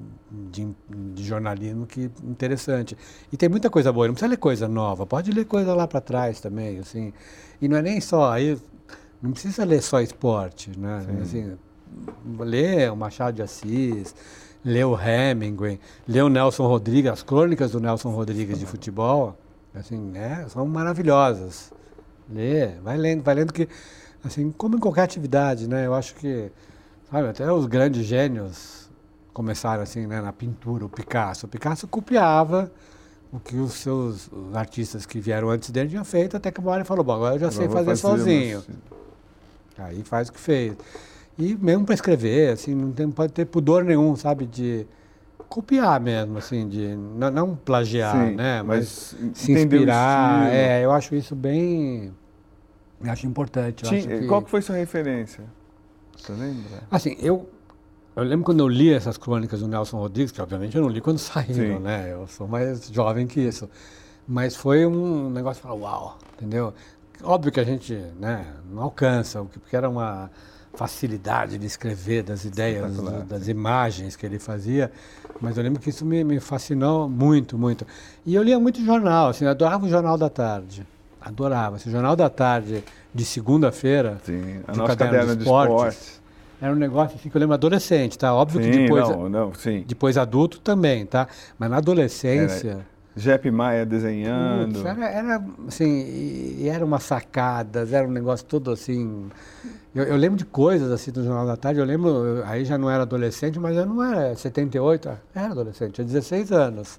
de jornalismo que interessante. E tem muita coisa boa, não precisa ler coisa nova, pode ler coisa lá para trás também, assim, e não é nem só, aí não precisa ler só esporte, né, assim, ler o Machado de Assis, ler o Hemingway, ler o Nelson Rodrigues, as crônicas do Nelson Rodrigues de futebol, assim, são maravilhosas. Vai lendo que, assim, como em qualquer atividade, né? Eu acho que, sabe, até os grandes gênios começaram assim, né, na pintura, o Picasso. O Picasso copiava o que os artistas que vieram antes dele tinham feito, até que uma hora ele falou, bom, agora eu já sei fazer sozinho. Aí faz o que fez. E mesmo para escrever, assim, não pode ter pudor nenhum, sabe, de copiar mesmo, assim, de não plagiar, né, mas se inspirar. Eu acho isso bem, eu acho importante. Qual que foi sua referência? Você lembra? Assim, eu lembro quando eu li essas crônicas do Nelson Rodrigues, que obviamente eu não li quando saíram, né, eu sou mais jovem que isso, mas foi um negócio de falar, uau, entendeu? Óbvio que a gente, né, não alcança, porque era uma facilidade de escrever, das ideias, das imagens que ele fazia, mas eu lembro que isso me fascinou muito, muito. E eu lia muito jornal, assim, eu adorava o Jornal da Tarde, adorava. Esse Jornal da Tarde de segunda-feira, do Caderno de Esportes, era um negócio assim, que eu lembro adolescente, tá? Óbvio que depois, depois adulto também, tá? Mas na adolescência... Jepe Maia desenhando. Era assim, e eram umas sacadas, era um negócio todo assim. Eu lembro de coisas assim do Jornal da Tarde, eu lembro, aí já não era adolescente, mas eu não era 78, era adolescente, tinha 16 anos.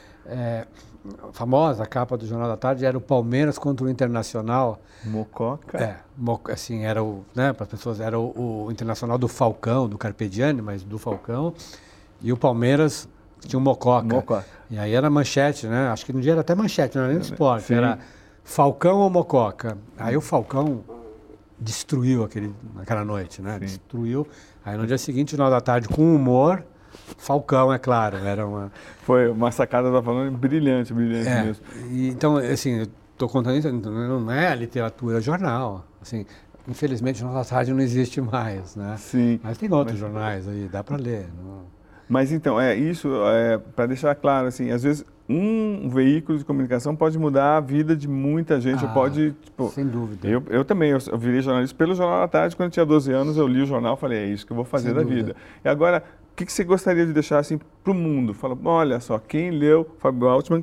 A famosa capa do Jornal da Tarde era o Palmeiras contra o Internacional. Mococa? Assim, era né, para as pessoas, era o Internacional do Falcão, do Carpegiani, mas do Falcão, e o Palmeiras tinha um Mococa. E aí era manchete, né? Acho que no dia era até manchete, não era nem do esporte. Era Falcão ou Mococa. Aí o Falcão destruiu naquela noite, né? Sim. Destruiu. Aí no dia seguinte, no Jornal da Tarde, com humor, Falcão, é claro. Foi uma sacada da Falcão brilhante mesmo. Então, assim, eu estou contando isso, não é literatura, é jornal. Assim, infelizmente, o Jornal da Tarde não existe mais, né? Sim. Mas tem outros jornais aí, dá para ler. Mas então, isso para deixar claro, assim, às vezes um veículo de comunicação pode mudar a vida de muita gente, pode, tipo... Sem dúvida. Eu também, eu virei jornalista pelo Jornal da Tarde, quando eu tinha 12 anos, eu li o jornal e falei, é isso que eu vou fazer da vida. E agora, o que você gostaria de deixar, assim, para o mundo? Fala, olha só, quem leu Fábio Altman,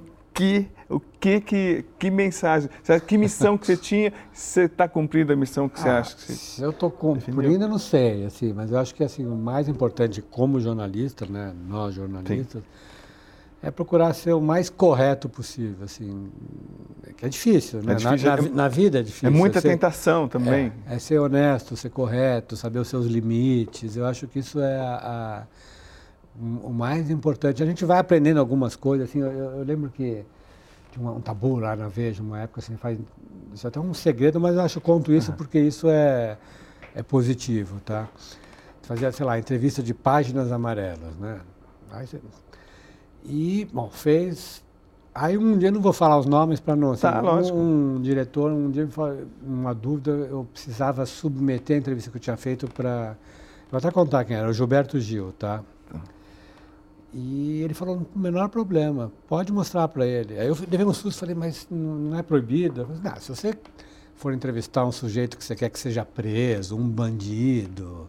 que mensagem, que missão que você tinha, você está cumprindo a missão que você acha que você... Se eu estou cumprindo, eu não sei, assim, mas eu acho que assim, o mais importante como jornalista, né, nós jornalistas, é procurar ser o mais correto possível, assim, que é difícil, né? Na vida é difícil. É muita tentação também. É ser honesto, ser correto, saber os seus limites. Eu acho que isso é o mais importante. A gente vai aprendendo algumas coisas, assim, eu lembro que tinha um tabu lá na Veja, uma época, assim, isso é até um segredo, mas eu acho que eu conto isso porque isso é positivo, tá? Fazia, sei lá, entrevista de páginas amarelas, né? E, bom, fez... Aí um dia, não vou falar os nomes para não... Assim, lógico. Um diretor, um dia me falou, uma dúvida, eu precisava submeter a entrevista que eu tinha feito para... Vou até contar quem era, o Gilberto Gil, tá? E ele falou, o menor problema, pode mostrar para ele. Aí eu levei um susto, falei, mas não é proibido? Eu falei, não, se você for entrevistar um sujeito que você quer que seja preso, um bandido...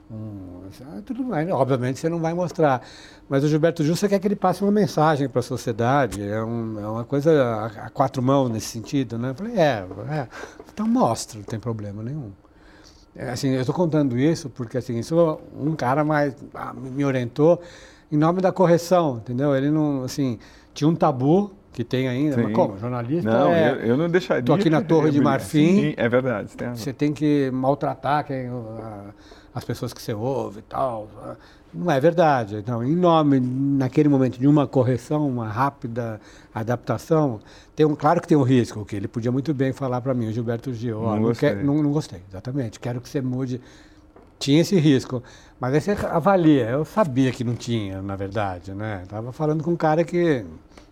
tudo bem, obviamente você não vai mostrar. Mas o Gilberto Gil, você quer que ele passe uma mensagem para a sociedade, é uma coisa a quatro mãos nesse sentido, né? Eu falei, então mostra, não tem problema nenhum. Assim, eu estou contando isso porque assim, isso um cara mais me orientou em nome da correção, entendeu? Ele não, assim, tinha um tabu que tem ainda, Sim. mas como? Jornalista não, eu não deixaria. Estou aqui na Torre de Marfim. Sim, é verdade. Você tem que maltratar as pessoas que você ouve e tal. Não é verdade. Então, em nome, naquele momento, de uma correção, uma rápida adaptação, claro que tem um risco, que ele podia muito bem falar para mim, o Gilberto Gil. Não gostei, exatamente. Quero que você mude. Tinha esse risco. Mas aí você avalia. Eu sabia que não tinha, na verdade, né? Estava falando com um cara que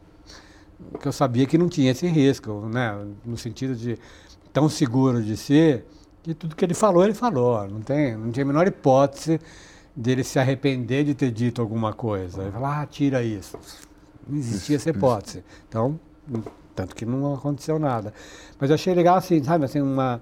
eu sabia que não tinha esse risco, né? No sentido de tão seguro de si, que tudo que ele falou. Não tinha a menor hipótese dele se arrepender de ter dito alguma coisa. Ele falou, tira isso. Não existia essa hipótese. Então, tanto que não aconteceu nada. Mas eu achei legal, assim, sabe, assim,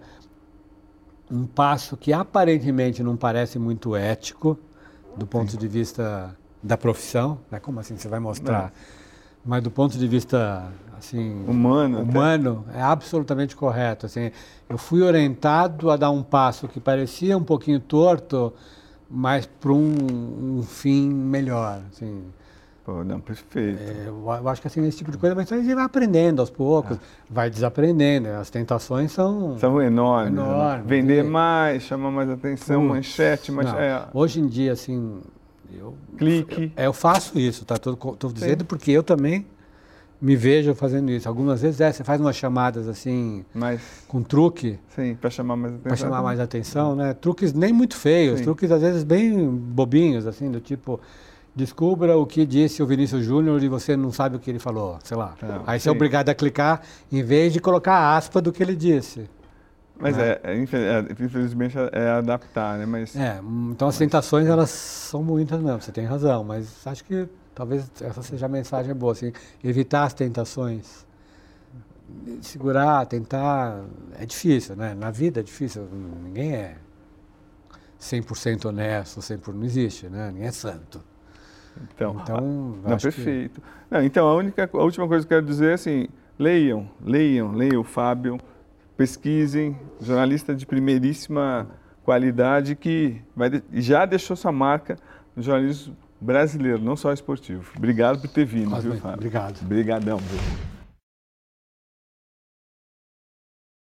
um passo que aparentemente não parece muito ético, do ponto de vista da profissão, né? Como assim você vai mostrar? Mas do ponto de vista assim, humano é absolutamente correto. Assim, eu fui orientado a dar um passo que parecia um pouquinho torto, mas para um fim melhor. Assim. Pô, não, perfeito. Eu acho que assim, esse tipo de coisa, mas a gente vai aprendendo aos poucos, vai desaprendendo. As tentações são enormes. Né? Vender mais, chamar mais atenção, manchete, mas hoje em dia, assim, clique. Eu faço isso, tá? Estou dizendo porque eu também me vejo fazendo isso. Algumas vezes você faz umas chamadas assim, com truque. Sim, para chamar mais atenção. Para chamar mais atenção, né? Truques nem muito feios, truques às vezes bem bobinhos, assim, do tipo, descubra o que disse o Vinícius Júnior e você não sabe o que ele falou, sei lá. Aí você é obrigado a clicar em vez de colocar a aspa do que ele disse. Mas infelizmente é adaptar, né? Então as tentações, elas são muitas mesmo, você tem razão, mas acho que talvez essa seja a mensagem boa, assim, evitar as tentações, segurar, tentar, é difícil, né? Na vida é difícil, ninguém é 100% honesto, não existe, né? Ninguém é santo. Então perfeito. Então, a última coisa que eu quero dizer é assim, leiam o Fábio, pesquisem, jornalista de primeiríssima qualidade que já deixou sua marca no jornalismo brasileiro, não só esportivo. Obrigado por ter vindo, viu, Fábio? Obrigado. Obrigadão. Viu?